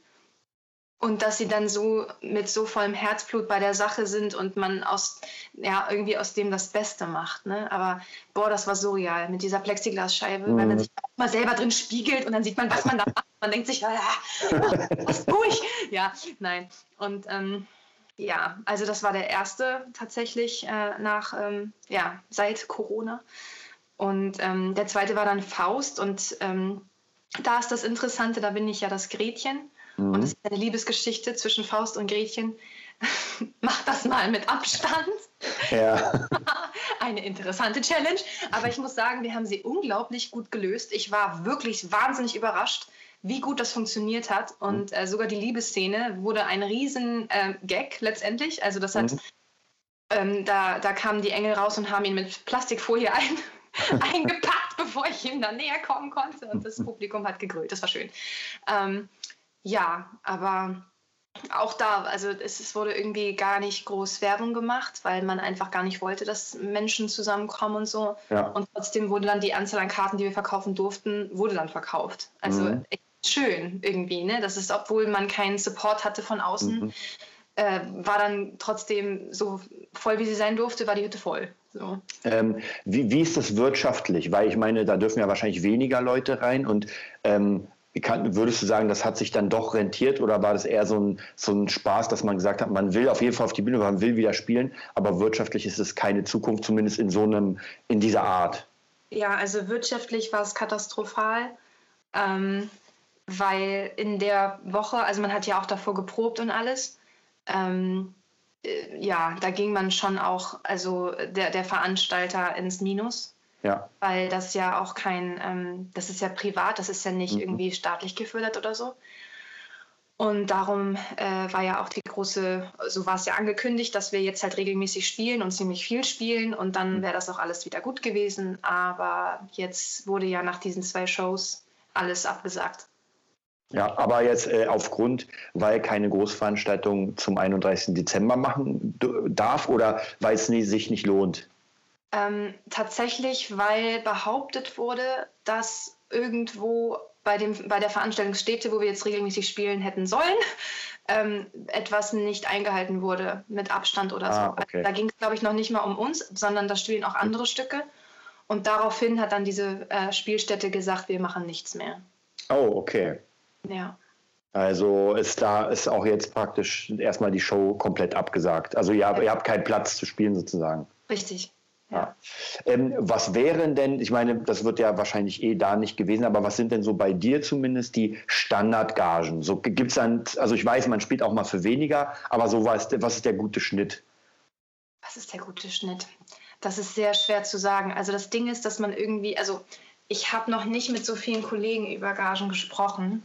Und dass sie dann so mit so vollem Herzblut bei der Sache sind und man aus, ja, irgendwie aus dem das Beste macht. Ne? Aber boah, das war surreal mit dieser Plexiglasscheibe, Mhm. weil man sich auch mal selber drin spiegelt und dann sieht man, was man da macht. Man denkt sich, ah, was tue ich? Ja, nein. Und ähm, ja, also das war der erste tatsächlich äh, nach, ähm, ja, seit Corona. Und ähm, der zweite war dann Faust und ähm, da ist das Interessante, da bin ich ja das Gretchen. Mhm. Und es ist eine Liebesgeschichte zwischen Faust und Gretchen. Mach das mal mit Abstand. Ja. Eine interessante Challenge. Aber ich muss sagen, wir haben sie unglaublich gut gelöst. Ich war wirklich wahnsinnig überrascht, wie gut das funktioniert hat. Und äh, sogar die Liebesszene wurde ein riesen äh, Gag letztendlich. Also das hat, Mhm. ähm, da, da kamen die Engel raus und haben ihn mit Plastikfolie ein, eingepackt, bevor ich ihm da näher kommen konnte. Und das Publikum hat gegrölt. Das war schön. Ähm, Ja, aber auch da, also es, es wurde irgendwie gar nicht groß Werbung gemacht, weil man einfach gar nicht wollte, dass Menschen zusammenkommen und so. Ja. Und trotzdem wurde dann die Anzahl an Karten, die wir verkaufen durften, wurde dann verkauft. Also Mhm. echt schön irgendwie, ne? Das ist, obwohl man keinen Support hatte von außen, Mhm. äh, war dann trotzdem so voll, wie sie sein durfte, war die Hütte voll. So. Ähm, wie, wie ist das wirtschaftlich? Weil ich meine, da dürfen ja wahrscheinlich weniger Leute rein und ähm, kann, würdest du sagen, das hat sich dann doch rentiert oder war das eher so ein, so ein Spaß, dass man gesagt hat, man will auf jeden Fall auf die Bühne, man will wieder spielen, aber wirtschaftlich ist es keine Zukunft, zumindest in so einem, in dieser Art? Ja, also wirtschaftlich war es katastrophal, ähm, weil in der Woche, also man hat ja auch davor geprobt und alles, ähm, äh, ja, da ging man schon auch, also der, der Veranstalter ins Minus, Ja. weil das ja auch kein, ähm, das ist ja privat, das ist ja nicht Mhm. irgendwie staatlich gefördert oder so. Und darum äh, war ja auch die große, so war es ja angekündigt, dass wir jetzt halt regelmäßig spielen und ziemlich viel spielen und dann wäre das auch alles wieder gut gewesen. Aber jetzt wurde ja nach diesen zwei Shows alles abgesagt. Ja, aber jetzt äh, aufgrund, weil keine Großveranstaltung zum einunddreißigsten Dezember machen d- darf oder weil es nie, sich nicht lohnt? Ähm, tatsächlich, weil behauptet wurde, dass irgendwo bei, dem, bei der Veranstaltungsstätte, wo wir jetzt regelmäßig spielen hätten sollen, ähm, etwas nicht eingehalten wurde mit Abstand oder so. Ah, okay. Also da ging es, glaube ich, noch nicht mal um uns, sondern da spielen auch andere Stücke. Und daraufhin hat dann diese äh, Spielstätte gesagt, wir machen nichts mehr. Oh, okay. Ja. Also ist da ist auch jetzt praktisch erstmal die Show komplett abgesagt. Also ihr habt, Ja. ihr habt keinen Platz zu spielen sozusagen. Richtig. Ja. Ähm, was wären denn, ich meine, das wird ja wahrscheinlich eh da nicht gewesen, aber was sind denn so bei dir zumindest die Standardgagen? So gibt's dann, also ich weiß, man spielt auch mal für weniger, aber so was, was ist der gute Schnitt? Was ist der gute Schnitt? Das ist sehr schwer zu sagen. Also das Ding ist, dass man irgendwie, also ich habe noch nicht mit so vielen Kollegen über Gagen gesprochen.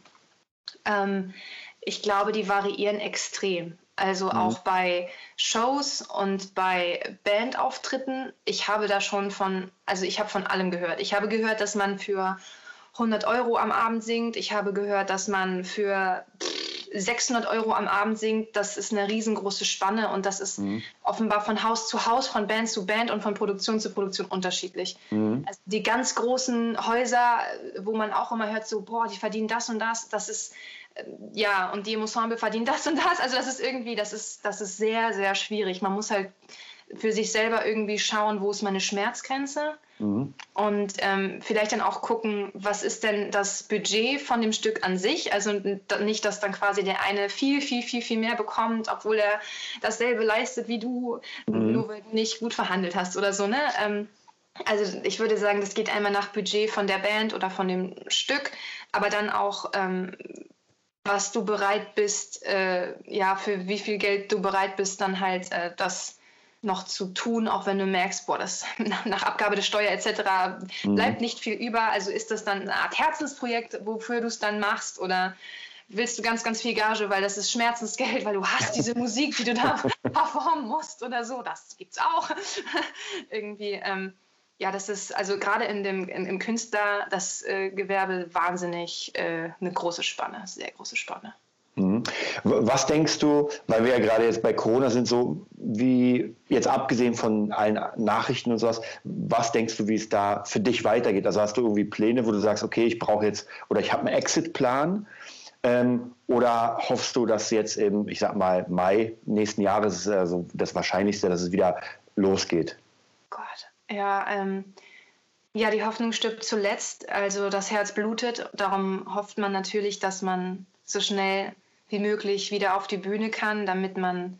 Ähm, ich glaube, die variieren extrem. Also mhm. auch bei Shows und bei Bandauftritten. Ich habe da schon von, also ich habe von allem gehört. Ich habe gehört, dass man für hundert Euro am Abend singt. Ich habe gehört, dass man für sechshundert Euro am Abend singt. Das ist eine riesengroße Spanne und das ist mhm. offenbar von Haus zu Haus, von Band zu Band und von Produktion zu Produktion unterschiedlich. Mhm. Also die ganz großen Häuser, wo man auch immer hört, so, boah, die verdienen das und das, das ist, ja, und die im Ensemble verdienen das und das. Also das ist irgendwie, das ist, das ist sehr, sehr schwierig. Man muss halt für sich selber irgendwie schauen, wo ist meine Schmerzgrenze. Mhm. Und ähm, vielleicht dann auch gucken, was ist denn das Budget von dem Stück an sich. Also nicht, dass dann quasi der eine viel, viel, viel, viel mehr bekommt, obwohl er dasselbe leistet wie du, mhm. nur weil du nicht gut verhandelt hast oder so, ne? Ähm, also ich würde sagen, das geht einmal nach Budget von der Band oder von dem Stück, aber dann auch ähm, was du bereit bist, äh, ja, für wie viel Geld du bereit bist, dann halt äh, das noch zu tun, auch wenn du merkst, boah, das nach Abgabe der Steuer et cetera mhm. bleibt nicht viel über. Also ist das dann eine Art Herzensprojekt, wofür du es dann machst, oder willst du ganz, ganz viel Gage, weil das ist Schmerzensgeld, weil du hast diese Musik, die du da performen musst oder so. Das gibt's auch. Irgendwie, ähm, ja, das ist also gerade in dem in, im Künstler das äh, Gewerbe wahnsinnig äh, eine große Spanne, sehr große Spanne. Mhm. Was denkst du, weil wir ja gerade jetzt bei Corona sind, so wie jetzt abgesehen von allen Nachrichten und sowas, was denkst du, wie es da für dich weitergeht? Also hast du irgendwie Pläne, wo du sagst, okay, ich brauche jetzt oder ich habe einen Exit-Plan, ähm, oder hoffst du, dass jetzt im, ich sag mal, Mai nächsten Jahres ist also das Wahrscheinlichste, dass es wieder losgeht? Gott. Ja, ähm, ja, die Hoffnung stirbt zuletzt, also das Herz blutet. Darum hofft man natürlich, dass man so schnell wie möglich wieder auf die Bühne kann, damit man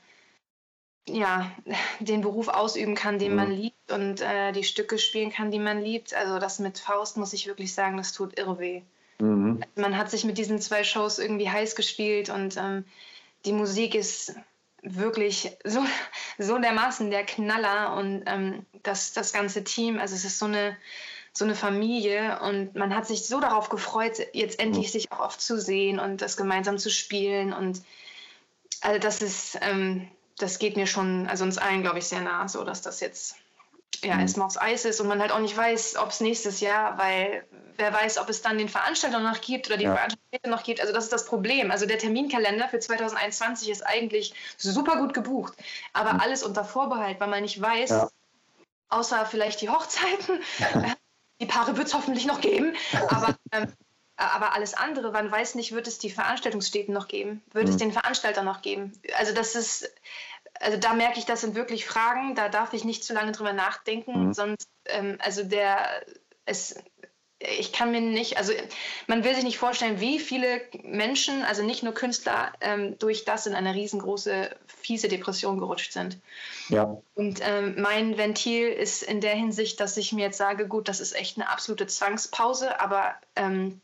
ja, den Beruf ausüben kann, den mhm. man liebt und äh, die Stücke spielen kann, die man liebt. Also das mit Faust, muss ich wirklich sagen, das tut irre weh. Mhm. Man hat sich mit diesen zwei Shows irgendwie heiß gespielt und ähm, die Musik ist wirklich so, so dermaßen der Knaller und ähm, das, das ganze Team, also es ist so eine, so eine Familie und man hat sich so darauf gefreut, jetzt endlich sich auch oft zu sehen und das gemeinsam zu spielen und also das ist, ähm, das geht mir schon, also uns allen, glaube ich, sehr nah, so dass das jetzt ja, erstmal aufs Eis ist und man halt auch nicht weiß, ob es nächstes Jahr, weil wer weiß, ob es dann den Veranstalter noch gibt oder die ja. Veranstalter noch gibt. Also das ist das Problem. Also der Terminkalender für zwanzig einundzwanzig ist eigentlich super gut gebucht, aber mhm. alles unter Vorbehalt, weil man nicht weiß, ja. außer vielleicht die Hochzeiten, die Paare wird es hoffentlich noch geben, aber, ähm, aber alles andere, man weiß nicht, wird es die Veranstaltungsstätten noch geben, wird mhm. es den Veranstalter noch geben. Also das ist... Also da merke ich, das sind wirklich Fragen, da darf ich nicht zu lange drüber nachdenken, mhm. sonst, ähm, also der, es, ich kann mir nicht, also man will sich nicht vorstellen, wie viele Menschen, also nicht nur Künstler, ähm, durch das in eine riesengroße, fiese Depression gerutscht sind. Ja. Und ähm, mein Ventil ist in der Hinsicht, dass ich mir jetzt sage, gut, das ist echt eine absolute Zwangspause, aber ähm,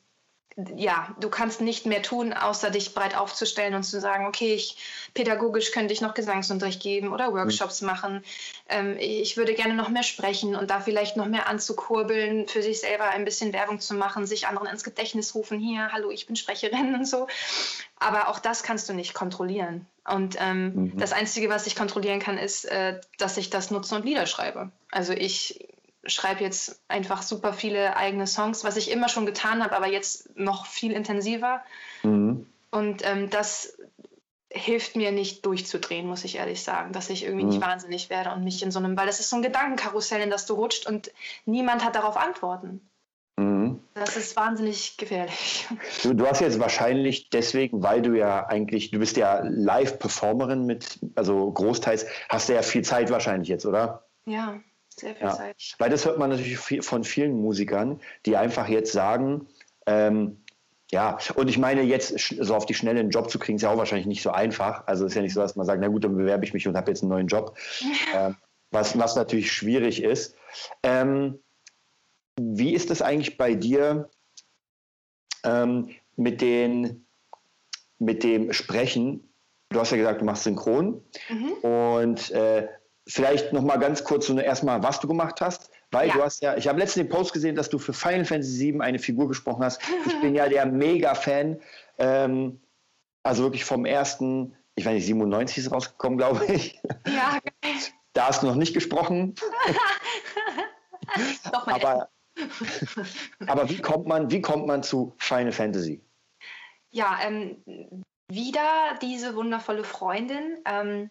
ja, du kannst nicht mehr tun, außer dich breit aufzustellen und zu sagen, okay, ich, pädagogisch könnte ich noch Gesangsunterricht geben oder Workshops mhm. machen. Ähm, ich würde gerne noch mehr sprechen und da vielleicht noch mehr anzukurbeln, für sich selber ein bisschen Werbung zu machen, sich anderen ins Gedächtnis rufen, hier, hallo, ich bin Sprecherin und so. Aber auch das kannst du nicht kontrollieren. Und ähm, mhm. das Einzige, was ich kontrollieren kann, ist, äh, dass ich das nutze und Lieder schreibe. Also ich schreibe jetzt einfach super viele eigene Songs, was ich immer schon getan habe, aber jetzt noch viel intensiver. Mhm. Und ähm, das hilft mir nicht durchzudrehen, muss ich ehrlich sagen, dass ich irgendwie mhm. nicht wahnsinnig werde und mich in so einem, weil das ist so ein Gedankenkarussell, in das du rutscht und niemand hat darauf Antworten. Mhm. Das ist wahnsinnig gefährlich. Du, du hast jetzt wahrscheinlich deswegen, weil du ja eigentlich, du bist ja Live-Performerin mit, also großteils, hast du ja viel Zeit wahrscheinlich jetzt, oder? Ja. Sehr viel ja, Zeit. weil das hört man natürlich viel, von vielen Musikern, die einfach jetzt sagen, ähm, ja, und ich meine jetzt so auf die Schnelle einen Job zu kriegen, ist ja auch wahrscheinlich nicht so einfach. Also ist ja nicht so, dass man sagt, na gut, dann bewerbe ich mich und habe jetzt einen neuen Job, ähm, was, was natürlich schwierig ist. Ähm, wie ist es eigentlich bei dir ähm, mit, den, mit dem Sprechen? Du hast ja gesagt, du machst Synchron mhm. und äh, vielleicht noch mal ganz kurz so eine, erstmal, was du gemacht hast, weil ja. du hast ja, ich habe letztens den Post gesehen, dass du für Final Fantasy sieben eine Figur gesprochen hast. Ich bin ja der Mega-Fan, ähm, also wirklich vom ersten, ich weiß nicht, siebenundneunzig ist rausgekommen, glaube ich. Ja. Da hast du noch nicht gesprochen. Doch, mein aber, aber wie kommt man, wie kommt man zu Final Fantasy? Ja, ähm, wieder diese wundervolle Freundin, ähm,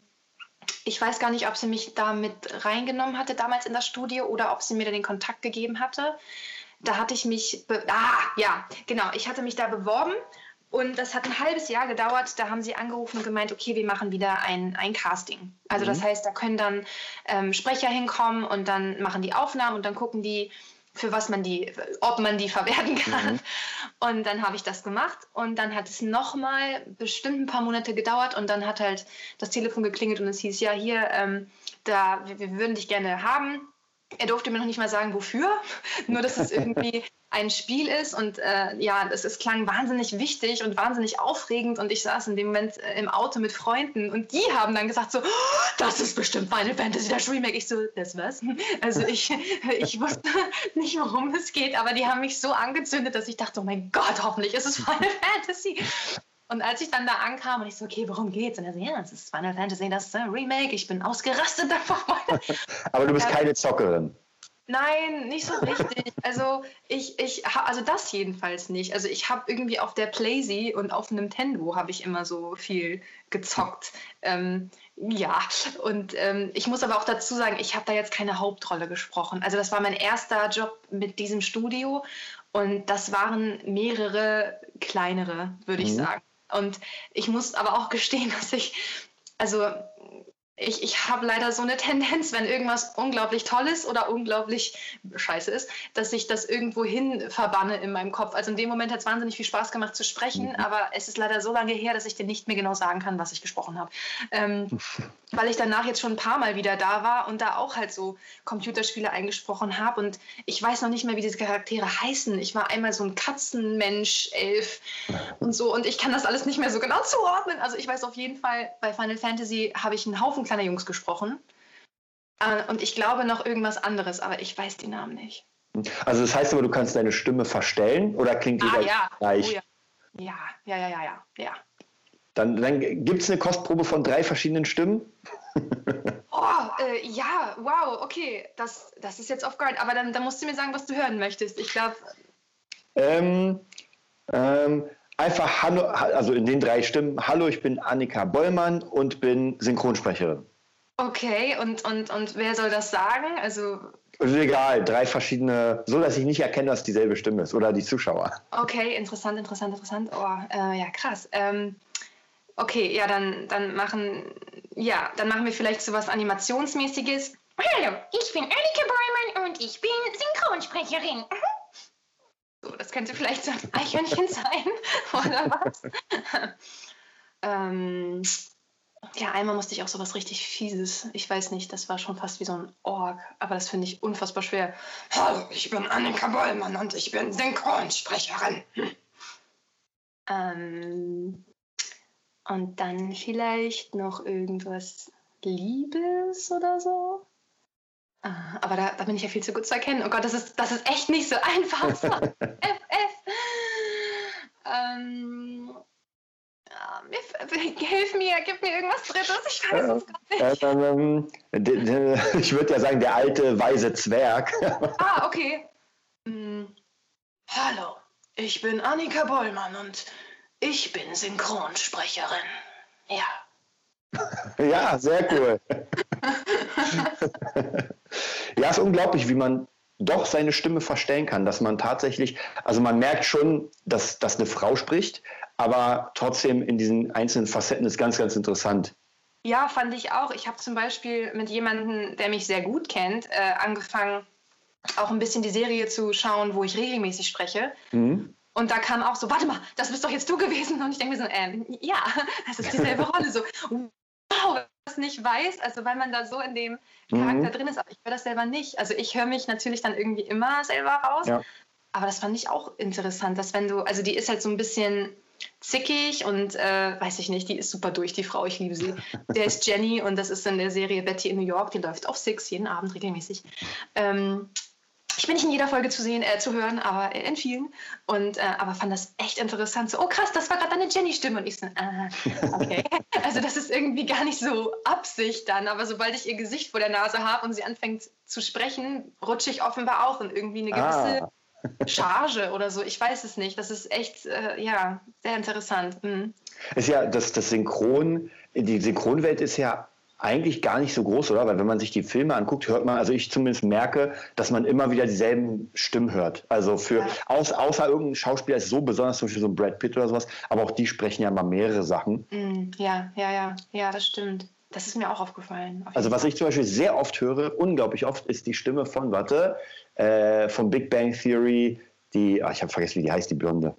ich weiß gar nicht, ob sie mich da mit reingenommen hatte damals in das Studio oder ob sie mir dann den Kontakt gegeben hatte. Da hatte ich mich, be- ah, ja, genau, ich hatte mich da beworben und das hat ein halbes Jahr gedauert. Da haben sie angerufen und gemeint, okay, wir machen wieder ein, ein Casting. Also mhm. das heißt, da können dann ähm, Sprecher hinkommen und dann machen die Aufnahmen und dann gucken die, für was man die, ob man die verwerten kann. Mhm. Und dann habe ich das gemacht und dann hat es nochmal bestimmt ein paar Monate gedauert und dann hat halt das Telefon geklingelt und es hieß, ja hier, ähm, da, wir, wir würden dich gerne haben. Er durfte mir noch nicht mal sagen, wofür, nur dass es irgendwie ein Spiel ist und äh, ja, es, es klang wahnsinnig wichtig und wahnsinnig aufregend und ich saß in dem Moment äh, im Auto mit Freunden und die haben dann gesagt so, oh, das ist bestimmt Final Fantasy, das Remake. Ich so, das was? Also ich, ich wusste nicht, worum es geht, aber die haben mich so angezündet, dass ich dachte, oh mein Gott, hoffentlich ist es Final Fantasy. Und als ich dann da ankam und ich so, okay, worum geht's? Und er so, ja, das ist Final Fantasy, das ist ein Remake. Ich bin ausgerastet davon. Aber du bist ja keine Zockerin. Nein, nicht so richtig. Also ich, ich, also das jedenfalls nicht. Also ich habe irgendwie auf der PlayZ und auf Nintendo habe ich immer so viel gezockt. Ähm, ja, und ähm, ich muss aber auch dazu sagen, ich habe da jetzt keine Hauptrolle gesprochen. Also das war mein erster Job mit diesem Studio und das waren mehrere kleinere, würde ich mhm. sagen. Und ich muss aber auch gestehen, dass ich, also ich, ich habe leider so eine Tendenz, wenn irgendwas unglaublich Tolles oder unglaublich scheiße ist, dass ich das irgendwo hin verbanne in meinem Kopf. Also in dem Moment hat es wahnsinnig viel Spaß gemacht zu sprechen, mhm. aber es ist leider so lange her, dass ich dir nicht mehr genau sagen kann, was ich gesprochen habe. Ähm, weil ich danach jetzt schon ein paar Mal wieder da war und da auch halt so Computerspiele eingesprochen habe und ich weiß noch nicht mehr, wie diese Charaktere heißen. Ich war einmal so ein Katzenmensch, Elf und so und ich kann das alles nicht mehr so genau zuordnen. Also ich weiß auf jeden Fall, bei Final Fantasy habe ich einen Haufen kleiner Jungs gesprochen äh, und ich glaube noch irgendwas anderes, aber ich weiß die Namen nicht. Also das heißt aber, du kannst deine Stimme verstellen oder klingt die ah, ja. gleich? Oh, ja. ja, ja, ja, ja, ja, ja. Dann, dann gibt es eine Kostprobe von drei verschiedenen Stimmen? Oh, äh, ja, wow, okay, das, das ist jetzt off guard, aber dann, dann musst du mir sagen, was du hören möchtest. Ich glaube... Ähm, ähm, einfach Hallo, also in den drei Stimmen, hallo, ich bin Annika Bollmann und bin Synchronsprecherin. Okay, und, und, und wer soll das sagen? Also... Ist egal, drei verschiedene, so dass ich nicht erkenne, dass dieselbe Stimme ist oder die Zuschauer. Okay, interessant, interessant, interessant. Oh, äh, ja, krass. Ähm, okay, ja, dann, dann machen, ja, dann machen wir vielleicht so was Animationsmäßiges. Hallo, ich bin Annika Bollmann und ich bin Synchronsprecherin. So, das könnte vielleicht so ein Eichhörnchen sein, oder was? ähm, ja, einmal musste ich auch so was richtig Fieses. Ich weiß nicht, das war schon fast wie so ein Org, aber das finde ich unfassbar schwer. Hallo, ich bin Annika Bollmann und ich bin Synchronsprecherin. Hm. Ähm, und dann vielleicht noch irgendwas Liebes oder so. Ah, aber da, da bin ich ja viel zu gut zu erkennen. Oh Gott, das ist, das ist echt nicht so einfach. So, F, F. Ähm, ja, mir, hilf mir, gib mir irgendwas Drittes. Ich weiß es gerade nicht. Ähm, d- d- ich würde ja sagen, der alte weise Zwerg. Ah, okay. Hm. Hallo, ich bin Annika Bollmann und ich bin Synchronsprecherin. Ja. Ja, sehr cool. Ja, ist unglaublich, wie man doch seine Stimme verstellen kann, dass man tatsächlich, also man merkt schon, dass, dass eine Frau spricht, aber trotzdem in diesen einzelnen Facetten ist ganz, ganz interessant. Ja, fand ich auch. Ich habe zum Beispiel mit jemandem, der mich sehr gut kennt, äh, angefangen, auch ein bisschen die Serie zu schauen, wo ich regelmäßig spreche. Mhm. Und da kam auch so, warte mal, das bist doch jetzt du gewesen. Und ich denke mir so, ähm, ja, das ist dieselbe Rolle. So, wow, wenn man das nicht weiß, also weil man da so in dem Charakter Mhm. drin ist, aber ich höre das selber nicht. Also ich höre mich natürlich dann irgendwie immer selber raus. Ja. Aber das fand ich auch interessant, dass wenn du, also die ist halt so ein bisschen zickig und äh, weiß ich nicht, die ist super durch, die Frau, ich liebe sie. Der ist Jenny und das ist in der Serie Betty in New York, die läuft auf Six jeden Abend regelmäßig. Ähm, ich bin nicht in jeder Folge zu sehen, äh, zu hören, aber in vielen. Und äh, aber fand das echt interessant. So, oh krass, das war gerade deine Jenny-Stimme. Und ich so, äh, okay. Also das ist irgendwie gar nicht so Absicht dann. Aber sobald ich ihr Gesicht vor der Nase habe und sie anfängt zu sprechen, rutsche ich offenbar auch in irgendwie eine gewisse Ah. Charge oder so. Ich weiß es nicht. Das ist echt, äh, ja, sehr interessant. Mhm. Ist ja, das, das Synchron, die Synchronwelt ist ja eigentlich gar nicht so groß, oder? Weil wenn man sich die Filme anguckt, hört man, also ich zumindest merke, dass man immer wieder dieselben Stimmen hört. Also für, Ja. aus, außer irgendein Schauspieler ist so besonders, zum Beispiel so ein Brad Pitt oder sowas, aber auch die sprechen ja mal mehrere Sachen. Mhm. Ja, ja, ja, ja, das stimmt. Das ist mir auch aufgefallen. Auf Also jeden was Fall. ich zum Beispiel sehr oft höre, unglaublich oft, ist die Stimme von, warte, äh, von Big Bang Theory, die, ach, ich habe vergessen, wie die heißt, die Blonde.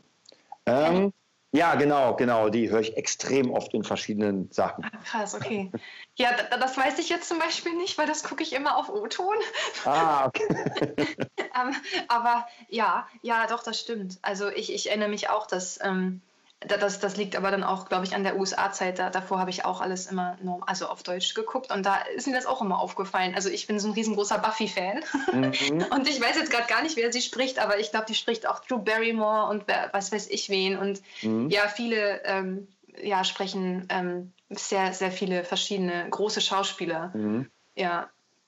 Ähm, ja, genau, genau, die höre ich extrem oft in verschiedenen Sachen. Ah, krass, okay. Ja, da, das weiß ich jetzt zum Beispiel nicht, weil das gucke ich immer auf O-Ton. Ah, okay. Ähm, aber ja, ja, doch, das stimmt. Also ich, ich erinnere mich auch, dass ähm, da- das, das liegt aber dann auch, glaube ich, an der U S A-Zeit. Da, davor habe ich auch alles immer nur, also auf Deutsch geguckt und da ist mir das auch immer aufgefallen. Also ich bin so ein riesengroßer Buffy-Fan Mhm. und ich weiß jetzt gerade gar nicht, wer sie spricht, aber ich glaube, die spricht auch Drew Barrymore und wer, was weiß ich wen. Und Mhm. ja, viele ähm, ja, sprechen ähm, sehr, sehr viele verschiedene große Schauspieler. Mhm. Ja.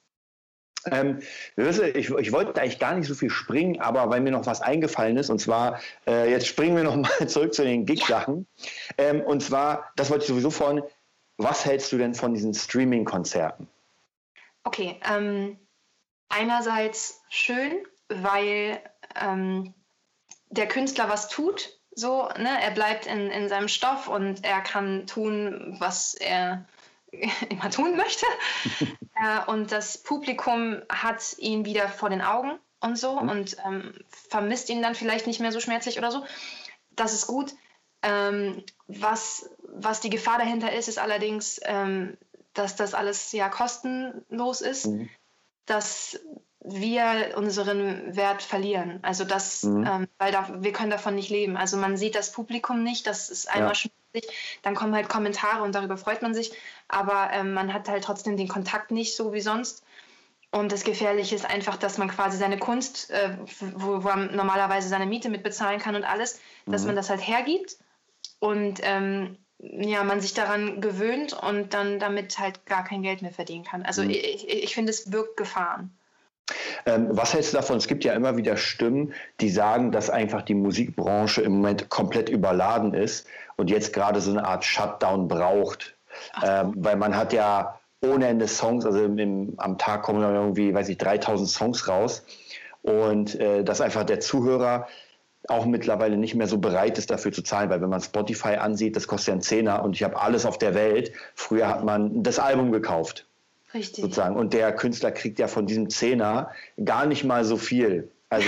Ähm, ich, ich wollte eigentlich gar nicht so viel springen, aber weil mir noch was eingefallen ist, und zwar, äh, jetzt springen wir noch mal zurück zu den Gig-Sachen. Ähm, und zwar, das wollte ich sowieso vorhin, was hältst du denn von diesen Streaming-Konzerten? Okay, ähm, einerseits schön, weil ähm, der Künstler was tut, so, ne? Er bleibt in, in seinem Stoff und er kann tun, was er immer tun möchte. äh, und das Publikum hat ihn wieder vor den Augen und so Mhm. und ähm, vermisst ihn dann vielleicht nicht mehr so schmerzlich oder so. Das ist gut. Ähm, was, was die Gefahr dahinter ist, ist allerdings, ähm, dass das alles ja kostenlos ist, Mhm. dass wir unseren Wert verlieren. Also das, Mhm. ähm, weil da, wir können davon nicht leben. Also man sieht das Publikum nicht, das ist einmal Ja. schmutzig, dann kommen halt Kommentare und darüber freut man sich, aber ähm, man hat halt trotzdem den Kontakt nicht so wie sonst. Und das Gefährliche ist einfach, dass man quasi seine Kunst, äh, wo, wo man normalerweise seine Miete mit bezahlen kann und alles, dass Mhm. man das halt hergibt und ähm, ja, man sich daran gewöhnt und dann damit halt gar kein Geld mehr verdienen kann. Also Mhm. ich, ich, ich finde, es birgt Gefahren. Ähm, was hältst du davon? Es gibt ja immer wieder Stimmen, die sagen, dass einfach die Musikbranche im Moment komplett überladen ist und jetzt gerade so eine Art Shutdown braucht. Ähm, weil man hat ja ohne Ende Songs, also im, im, am Tag kommen dann irgendwie, weiß ich, dreitausend Songs raus und äh, dass einfach der Zuhörer auch mittlerweile nicht mehr so bereit ist, dafür zu zahlen, weil wenn man Spotify ansieht, das kostet ja einen Zehner und ich habe alles auf der Welt. Früher hat man das Album gekauft. Richtig. Sozusagen. Und der Künstler kriegt ja von diesem Zehner gar nicht mal so viel. Also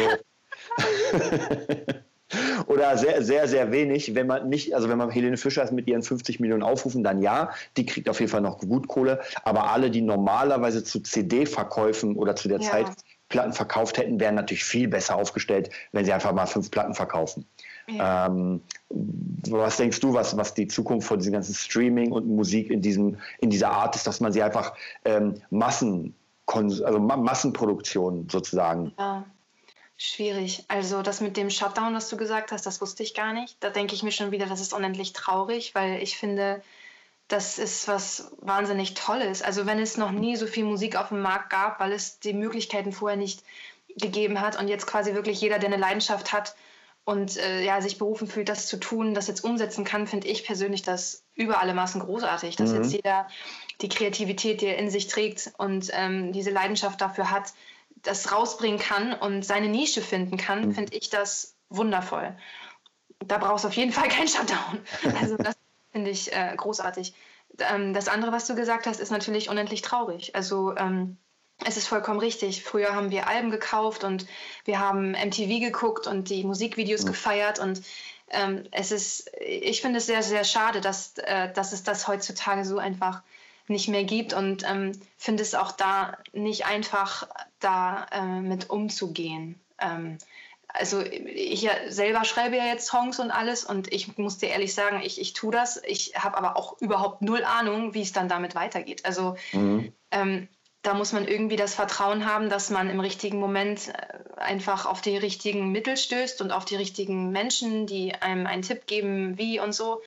oder sehr, sehr, sehr wenig. Wenn man nicht, also wenn man Helene Fischer ist mit ihren fünfzig Millionen Aufrufen, dann ja, die kriegt auf jeden Fall noch gut Kohle. Aber alle, die normalerweise zu C D-Verkäufen oder zu der Ja. Zeit Platten verkauft hätten, wären natürlich viel besser aufgestellt, wenn sie einfach mal fünf Platten verkaufen. Ja. Ähm, was denkst du, was, was die Zukunft von diesem ganzen Streaming und Musik in, diesem, in dieser Art ist, dass man sie einfach ähm, Massen, also Massenproduktion sozusagen. Ja, schwierig. Also das mit dem Shutdown, was du gesagt hast, das wusste ich gar nicht. Da denke ich mir schon wieder, das ist unendlich traurig, weil ich finde, das ist was wahnsinnig Tolles. Also wenn es noch nie so viel Musik auf dem Markt gab, weil es die Möglichkeiten vorher nicht gegeben hat und jetzt quasi wirklich jeder, der eine Leidenschaft hat und äh, ja, sich berufen fühlt, das zu tun, das jetzt umsetzen kann, finde ich persönlich das über alle Maßen großartig, dass mhm. jetzt jeder die Kreativität, die er in sich trägt und ähm, diese Leidenschaft dafür hat, das rausbringen kann und seine Nische finden kann, mhm. finde ich das wundervoll. Da brauchst du auf jeden Fall keinen Shutdown. Also das finde ich äh, großartig. Ähm, das andere, was du gesagt hast, ist natürlich unendlich traurig. Also ähm, es ist vollkommen richtig. Früher haben wir Alben gekauft und wir haben M T V geguckt und die Musikvideos mhm. gefeiert und ähm, es ist, ich finde es sehr, sehr schade, dass, äh, dass es das heutzutage so einfach nicht mehr gibt und ähm, finde es auch da nicht einfach, da äh, mit umzugehen. Ähm, also ich ja selber schreibe ja jetzt Songs und alles und ich muss dir ehrlich sagen, ich, ich tue das. Ich habe aber auch überhaupt null Ahnung, wie es dann damit weitergeht. Also mhm. ähm, da muss man irgendwie das Vertrauen haben, dass man im richtigen Moment einfach auf die richtigen Mittel stößt und auf die richtigen Menschen, die einem einen Tipp geben, wie und so.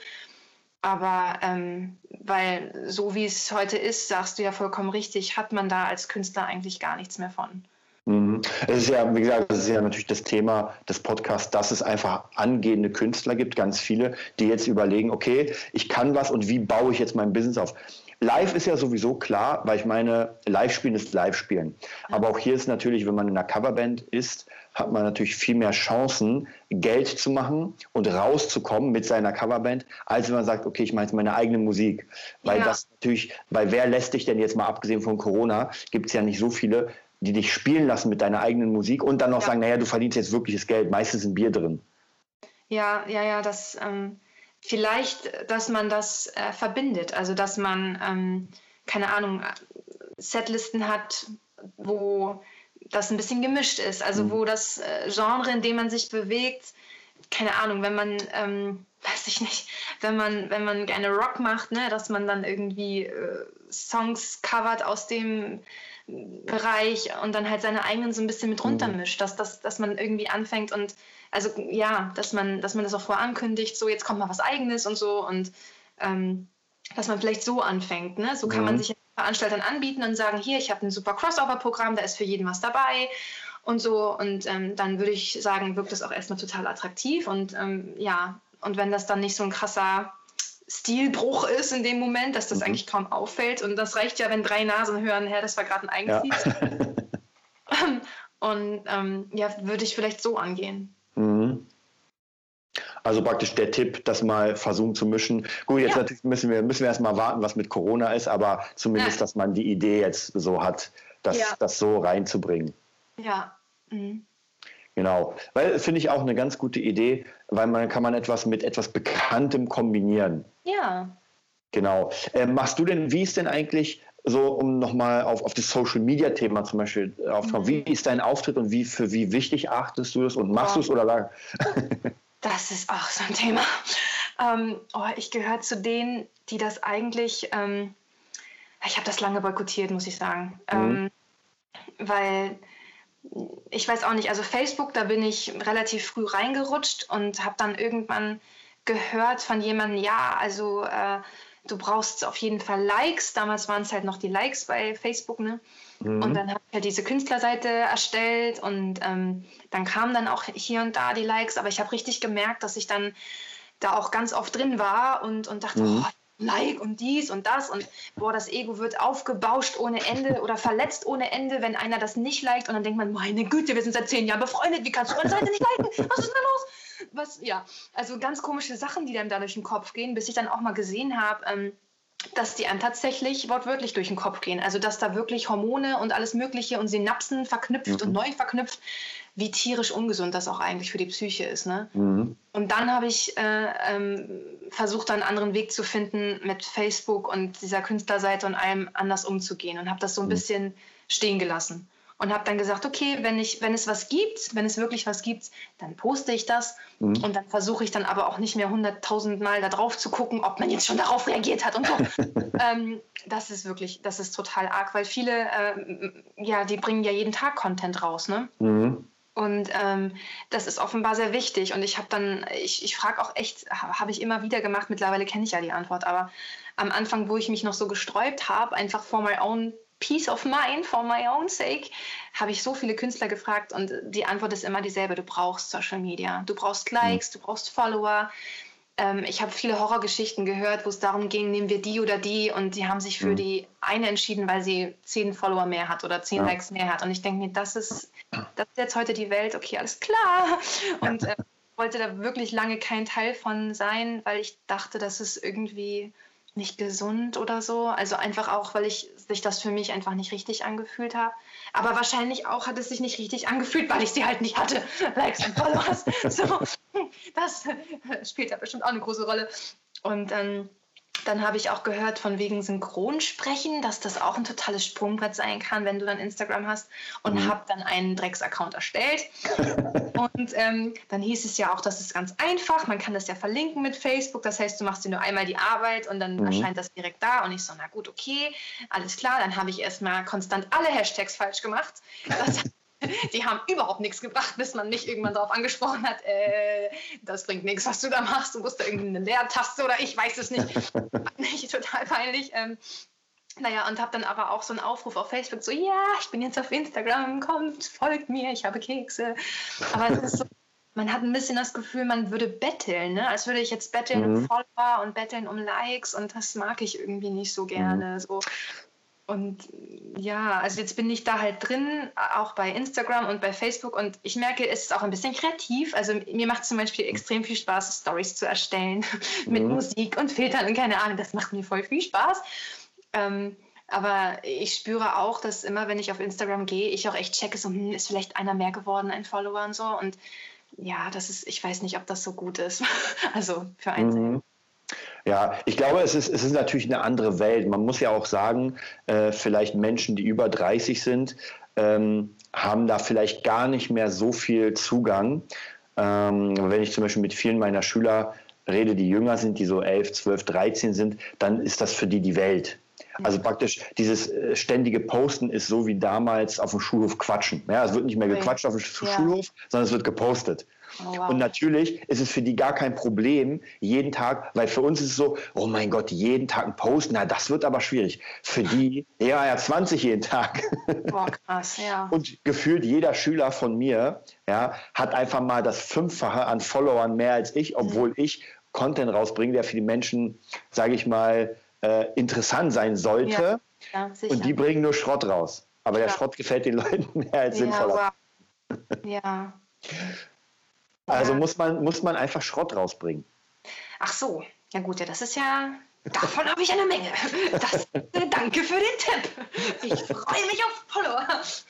Aber ähm, weil so wie es heute ist, sagst du ja vollkommen richtig, hat man da als Künstler eigentlich gar nichts mehr von. Mhm. Es ist ja, wie gesagt, das ist ja natürlich das Thema des Podcasts, dass es einfach angehende Künstler gibt, ganz viele, die jetzt überlegen, okay, ich kann was und wie baue ich jetzt mein Business auf? Live ist ja sowieso klar, weil ich meine, Live-Spielen ist Live-Spielen. Aber auch hier ist natürlich, wenn man in einer Coverband ist, hat man natürlich viel mehr Chancen, Geld zu machen und rauszukommen mit seiner Coverband, als wenn man sagt, okay, ich mache jetzt meine eigene Musik. Weil ja. das natürlich, weil wer lässt dich denn jetzt mal, abgesehen von Corona, gibt es ja nicht so viele, die dich spielen lassen mit deiner eigenen Musik und dann noch ja. sagen, naja, du verdienst jetzt wirkliches Geld, meistens ein Bier drin. Ja, ja, ja, das... Ähm Vielleicht, dass man das äh, verbindet, also dass man, ähm, keine Ahnung, Setlisten hat, wo das ein bisschen gemischt ist, also mhm. wo das äh, Genre, in dem man sich bewegt, keine Ahnung, wenn man, ähm, weiß ich nicht, wenn man, wenn man gerne Rock macht, ne, dass man dann irgendwie äh, Songs covert aus dem Bereich und dann halt seine eigenen so ein bisschen mit runtermischt, dass, dass, dass man irgendwie anfängt und also ja, dass man, dass man das auch vorankündigt, so jetzt kommt mal was Eigenes und so und ähm, dass man vielleicht so anfängt, ne? So kann mhm. man sich Veranstaltern anbieten und sagen, hier, ich habe ein super Crossover-Programm, da ist für jeden was dabei und so und ähm, dann würde ich sagen, wirkt das auch erstmal total attraktiv und ähm, ja, und wenn das dann nicht so ein krasser Stilbruch ist in dem Moment, dass das mhm. eigentlich kaum auffällt und das reicht ja, wenn drei Nasen hören, Herr, das war gerade ein eigenes ja. Lied. Und ähm, ja, würde ich vielleicht so angehen. Mhm. Also praktisch der Tipp, das mal versuchen zu mischen. Gut, jetzt ja. natürlich müssen wir, müssen wir erst mal warten, was mit Corona ist, aber zumindest, ja. dass man die Idee jetzt so hat, das, ja. das so reinzubringen. Ja. Mhm. Genau, weil finde ich auch eine ganz gute Idee, weil man kann man etwas mit etwas Bekanntem kombinieren. Ja. Genau. Ähm, machst du denn, wie ist denn eigentlich so, um nochmal auf, auf das Social-Media-Thema zum Beispiel aufzukommen, mhm. wie ist dein Auftritt und wie für wie wichtig achtest du es und machst oh. du es oder lang? Das ist auch so ein Thema. Ähm, oh, ich gehöre zu denen, die das eigentlich, ähm, ich habe das lange boykottiert, muss ich sagen, mhm. ähm, weil ich weiß auch nicht, also Facebook, da bin ich relativ früh reingerutscht und habe dann irgendwann gehört von jemandem, ja, also äh, du brauchst auf jeden Fall Likes. Damals waren es halt noch die Likes bei Facebook, ne? Mhm. Und dann habe ich halt diese Künstlerseite erstellt und ähm, dann kamen dann auch hier und da die Likes, aber ich habe richtig gemerkt, dass ich dann da auch ganz oft drin war und, und dachte, mhm. oh, Like und dies und das und boah, das Ego wird aufgebauscht ohne Ende oder verletzt ohne Ende, wenn einer das nicht liked und dann denkt man, meine Güte, wir sind seit zehn Jahren befreundet, wie kannst du meine Seite nicht liken? Was ist denn da los? Was, ja, also ganz komische Sachen, die dann da durch den Kopf gehen, bis ich dann auch mal gesehen habe, ähm, dass die einem tatsächlich wortwörtlich durch den Kopf gehen. Also dass da wirklich Hormone und alles Mögliche und Synapsen verknüpft mhm. und neu verknüpft, wie tierisch ungesund das auch eigentlich für die Psyche ist. Ne? Mhm. Und dann habe ich äh, ähm, versucht, einen anderen Weg zu finden mit Facebook und dieser Künstlerseite und allem anders umzugehen und habe das so ein mhm. bisschen stehen gelassen. und habe dann gesagt, okay, wenn ich, wenn es was gibt, wenn es wirklich was gibt, dann poste ich das mhm. und dann versuche ich dann aber auch nicht mehr hunderttausend Mal da drauf zu gucken, ob man jetzt schon darauf reagiert hat und so. ähm, das ist wirklich, das ist total arg, weil viele, äh, ja, die bringen ja jeden Tag Content raus, ne? Mhm. Und ähm, das ist offenbar sehr wichtig. Und ich habe dann, ich, ich frage auch echt, habe ich immer wieder gemacht, mittlerweile kenne ich ja die Antwort, aber am Anfang, wo ich mich noch so gesträubt habe, einfach for my own peace of mind, for my own sake, habe ich so viele Künstler gefragt und die Antwort ist immer dieselbe, du brauchst Social Media, du brauchst Likes, du brauchst Follower. Ähm, ich habe viele Horrorgeschichten gehört, wo es darum ging, nehmen wir die oder die und die haben sich für mhm. die eine entschieden, weil sie zehn Follower mehr hat oder zehn ja. Likes mehr hat und ich denke mir, das ist, das ist jetzt heute die Welt, okay, alles klar und äh, wollte da wirklich lange kein Teil von sein, weil ich dachte, das ist irgendwie nicht gesund oder so, also einfach auch, weil ich sich das für mich einfach nicht richtig angefühlt habe, aber wahrscheinlich auch hat es sich nicht richtig angefühlt, weil ich sie halt nicht hatte, Likes und Followers, so, das spielt ja bestimmt auch eine große Rolle und ähm, dann habe ich auch gehört von wegen Synchronsprechen, dass das auch ein totales Sprungbrett sein kann, wenn du dann Instagram hast und mhm. habe dann einen Drecks-Account erstellt und ähm, dann hieß es ja auch, das ist ganz einfach, man kann das ja verlinken mit Facebook, das heißt, du machst dir nur einmal die Arbeit und dann mhm. erscheint das direkt da und ich so, na gut, okay, alles klar, dann habe ich erstmal konstant alle Hashtags falsch gemacht. Das die haben überhaupt nichts gebracht, bis man mich irgendwann darauf angesprochen hat, äh, das bringt nichts, was du da machst, du musst da irgendeine Leertaste oder ich weiß es nicht. Nicht total peinlich. Ähm, naja, und habe dann aber auch so einen Aufruf auf Facebook, so, ja, ich bin jetzt auf Instagram, kommt, folgt mir, ich habe Kekse. Aber es ist so, man hat ein bisschen das Gefühl, man würde betteln, ne? Als würde ich jetzt betteln mhm. um Follower und betteln um Likes und das mag ich irgendwie nicht so gerne. Mhm. So. Und ja, also jetzt bin ich da halt drin, auch bei Instagram und bei Facebook und ich merke, es ist auch ein bisschen kreativ. Also mir macht zum Beispiel extrem viel Spaß, Stories zu erstellen mit mhm. Musik und Filtern und keine Ahnung, das macht mir voll viel Spaß. Ähm, aber ich spüre auch, dass immer, wenn ich auf Instagram gehe, ich auch echt checke, so, hm, ist vielleicht einer mehr geworden, ein Follower und so. Und ja, das ist, ich weiß nicht, ob das so gut ist. Also für einen. Mhm. Ja, ich glaube, es ist, es ist natürlich eine andere Welt. Man muss ja auch sagen, äh, vielleicht Menschen, die über dreißig sind, ähm, haben da vielleicht gar nicht mehr so viel Zugang. Ähm, wenn ich zum Beispiel mit vielen meiner Schüler rede, die jünger sind, die so elf, zwölf, dreizehn sind, dann ist das für die die Welt. Also praktisch dieses ständige Posten ist so wie damals auf dem Schulhof quatschen. Ja, es wird nicht mehr gequatscht auf dem ja. Schulhof, sondern es wird gepostet. Oh, wow. Und natürlich ist es für die gar kein Problem, jeden Tag, weil für uns ist es so, oh mein Gott, jeden Tag ein Post, na, das wird aber schwierig. Für die, ja, ja, zwanzig jeden Tag. Boah, krass, ja. Und gefühlt jeder Schüler von mir, ja, hat einfach mal das Fünffache an Followern mehr als ich, obwohl mhm. ich Content rausbringe, der für die Menschen, sage ich mal, äh, interessant sein sollte. Ja, ja, und die bringen nur Schrott raus. Aber ja. der Schrott gefällt den Leuten mehr als ja, sinnvoller. Wow. Ja. Also ja. muss man, muss man einfach Schrott rausbringen. Ach so, ja gut, ja, das ist ja, davon habe ich eine Menge. Das, äh, danke für den Tipp. Ich freue mich auf Follower.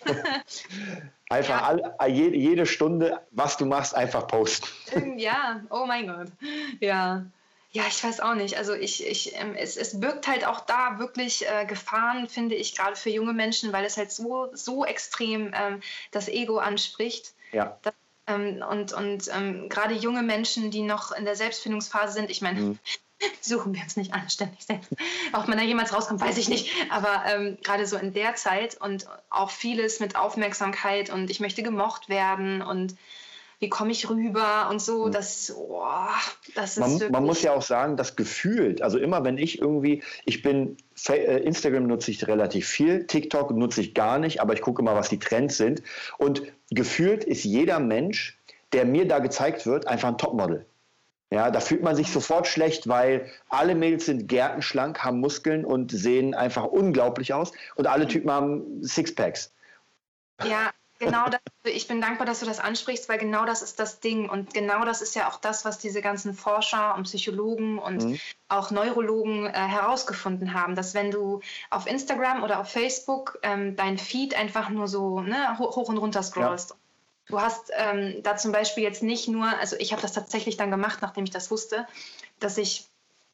Einfach ja. alle, jede, jede Stunde, was du machst, einfach posten. Ja, oh mein Gott. Ja. Ja, ich weiß auch nicht. Also ich, ich, ähm, es, es birgt halt auch da wirklich äh, Gefahren, finde ich, gerade für junge Menschen, weil es halt so, so extrem ähm, das Ego anspricht. Ja. Dass, ähm, und und ähm, gerade junge Menschen, die noch in der Selbstfindungsphase sind, ich meine, mhm. suchen wir uns nicht anständig selbst. Ob man da jemals rauskommt, weiß ich nicht. Aber ähm, gerade so in der Zeit und auch vieles mit Aufmerksamkeit und ich möchte gemocht werden und wie komme ich rüber und so, das, oh, das ist man, wirklich... Man muss ja auch sagen, das gefühlt, also immer wenn ich irgendwie, ich bin, Instagram nutze ich relativ viel, TikTok nutze ich gar nicht, aber ich gucke mal, was die Trends sind und gefühlt ist jeder Mensch, der mir da gezeigt wird, einfach ein Topmodel. Ja, da fühlt man sich sofort schlecht, weil alle Mädels sind gärtenschlank, haben Muskeln und sehen einfach unglaublich aus und alle Typen haben Sixpacks. Ja, genau, das, ich bin dankbar, dass du das ansprichst, weil genau das ist das Ding und genau das ist ja auch das, was diese ganzen Forscher und Psychologen und mhm. auch Neurologen äh, herausgefunden haben, dass wenn du auf Instagram oder auf Facebook ähm, dein Feed einfach nur so ne, hoch und runter scrollst, ja. Du hast ähm, da zum Beispiel jetzt nicht nur, also ich habe das tatsächlich dann gemacht, nachdem ich das wusste, dass ich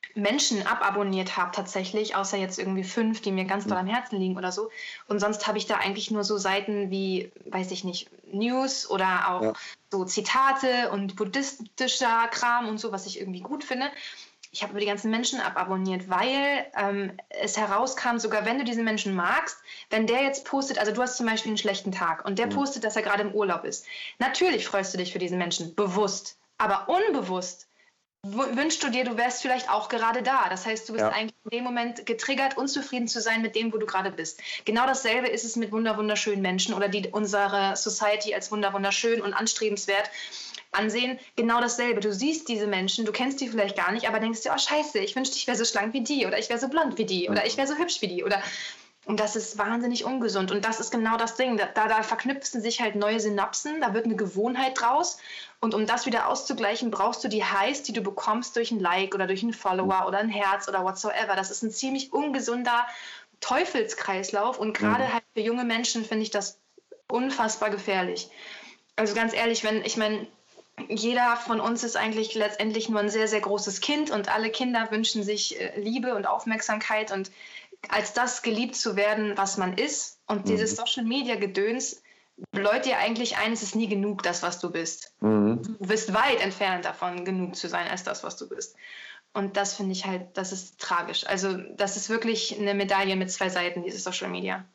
Menschen ababonniert habe tatsächlich, außer jetzt irgendwie fünf, die mir ganz doll am Herzen liegen oder so. Und sonst habe ich da eigentlich nur so Seiten wie, weiß ich nicht, News oder auch ja. so Zitate und buddhistischer Kram und so, was ich irgendwie gut finde. Ich habe aber die ganzen Menschen ababonniert, weil ähm, es herauskam, sogar wenn du diesen Menschen magst, wenn der jetzt postet, also du hast zum Beispiel einen schlechten Tag und der mhm. postet, dass er gerade im Urlaub ist. Natürlich freust du dich für diesen Menschen, bewusst, aber unbewusst wünschst du dir, du wärst vielleicht auch gerade da. Das heißt, du bist ja. eigentlich in dem Moment getriggert, unzufrieden zu sein mit dem, wo du gerade bist. Genau dasselbe ist es mit wunder wunderschönen Menschen oder die unsere Society als wunder wunderschön und anstrebenswert ansehen. Genau dasselbe. Du siehst diese Menschen, du kennst die vielleicht gar nicht, aber denkst dir, oh scheiße, ich wünschte, ich wäre so schlank wie die oder ich wäre so blond wie die oder ich wäre so hübsch wie die oder und das ist wahnsinnig ungesund. Und das ist genau das Ding. Da, da verknüpfen sich halt neue Synapsen, da wird eine Gewohnheit draus. Und um das wieder auszugleichen, brauchst du die Highs, die du bekommst durch ein Like oder durch einen Follower oder ein Herz oder whatsoever. Das ist ein ziemlich ungesunder Teufelskreislauf. Und gerade mhm. halt für junge Menschen finde ich das unfassbar gefährlich. Also ganz ehrlich, wenn, ich meine, jeder von uns ist eigentlich letztendlich nur ein sehr, sehr großes Kind und alle Kinder wünschen sich Liebe und Aufmerksamkeit und als das geliebt zu werden, was man ist. Und mhm. dieses Social-Media-Gedöns bläut dir eigentlich ein, es ist nie genug, das, was du bist. Mhm. Du bist weit entfernt davon, genug zu sein als das, was du bist. Und das finde ich halt, das ist tragisch. Also das ist wirklich eine Medaille mit zwei Seiten, dieses Social-Media.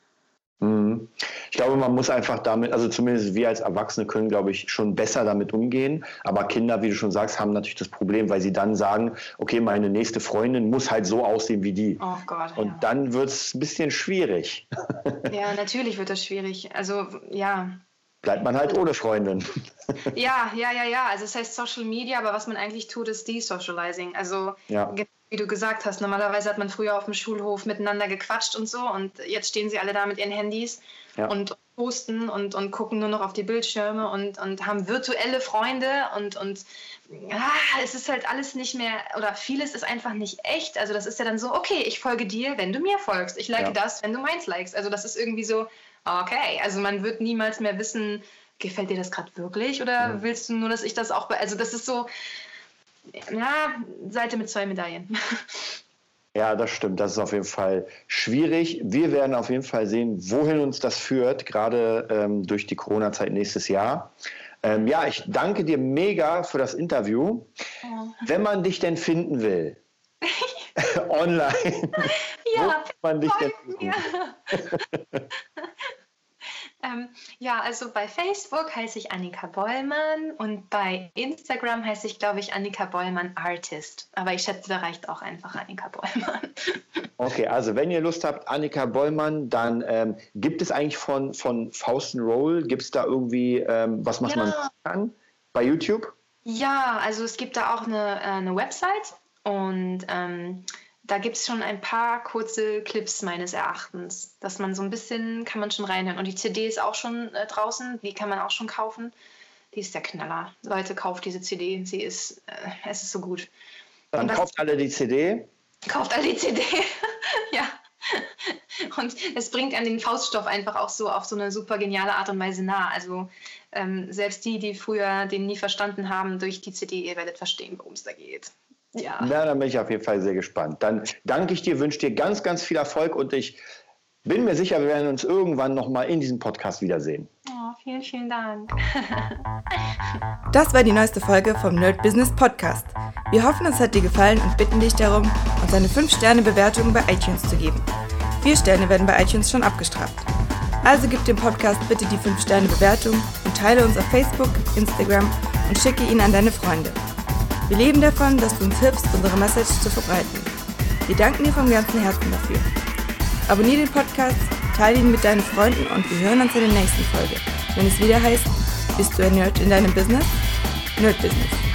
Ich glaube, man muss einfach damit, also zumindest wir als Erwachsene können, glaube ich, schon besser damit umgehen. Aber Kinder, wie du schon sagst, haben natürlich das Problem, weil sie dann sagen, okay, meine nächste Freundin muss halt so aussehen wie die. Oh Gott, Und ja. dann wird es ein bisschen schwierig. Ja, natürlich wird das schwierig. Also, ja. Bleibt man halt ohne Freundin. Ja, ja, ja, ja. Also es heißt Social Media, aber was man eigentlich tut, ist Desocializing. Also ja. wie du gesagt hast, normalerweise hat man früher auf dem Schulhof miteinander gequatscht und so und jetzt stehen sie alle da mit ihren Handys ja. und posten und, und gucken nur noch auf die Bildschirme und, und haben virtuelle Freunde und, und ja, es ist halt alles nicht mehr, oder vieles ist einfach nicht echt. Also das ist ja dann so, okay, ich folge dir, wenn du mir folgst. Ich like ja. das, wenn du meins likest. Also das ist irgendwie so, okay, also man wird niemals mehr wissen, gefällt dir das gerade wirklich oder ja. willst du nur, dass ich das auch, be- also das ist so, ja, Seite mit zwei Medaillen. Ja, das stimmt. Das ist auf jeden Fall schwierig. Wir werden auf jeden Fall sehen, wohin uns das führt, gerade ähm, durch die Corona-Zeit nächstes Jahr. Ähm, ja, ich danke dir mega für das Interview. Oh. Wenn man dich denn finden will, online, ja, wo kann man dich denn finden? Ähm, ja, also bei Facebook heiße ich Annika Bollmann und bei Instagram heiße ich, glaube ich, Annika Bollmann Artist. Aber ich schätze, da reicht auch einfach Annika Bollmann. Okay, also wenn ihr Lust habt, Annika Bollmann, dann ähm, gibt es eigentlich von, von Faust and Roll, gibt es da irgendwie ähm, was, was ja. man kann bei YouTube? Ja, also es gibt da auch eine, eine Website und ähm, da gibt es schon ein paar kurze Clips meines Erachtens, dass man so ein bisschen, kann man schon reinhören. Und die C D ist auch schon äh, draußen, die kann man auch schon kaufen. Die ist der Knaller. Leute, kauft diese C D, sie ist, äh, es ist so gut. Dann was, kauft alle die C D. Kauft alle die C D, ja. Und es bringt an den Fauststoff einfach auch so auf so eine super geniale Art und Weise nah. Also ähm, selbst die, die früher den nie verstanden haben, durch die C D, ihr werdet verstehen, worum es da geht. Ja. Na, dann bin ich auf jeden Fall sehr gespannt. Dann danke ich dir, wünsche dir ganz, ganz viel Erfolg und ich bin mir sicher, wir werden uns irgendwann nochmal in diesem Podcast wiedersehen. Oh, vielen, vielen Dank. Das war die neueste Folge vom Nerd Business Podcast. Wir hoffen, es hat dir gefallen und bitten dich darum, uns eine fünf Sterne Bewertung bei iTunes zu geben. Vier Sterne werden bei iTunes schon abgestraft. Also gib dem Podcast bitte die fünf Sterne Bewertung und teile uns auf Facebook, Instagram und schicke ihn an deine Freunde. Wir leben davon, dass du uns hilfst, unsere Message zu verbreiten. Wir danken dir vom ganzen Herzen dafür. Abonnier den Podcast, teile ihn mit deinen Freunden und wir hören uns in der nächsten Folge, wenn es wieder heißt, bist du ein Nerd in deinem Business? Nerd Business.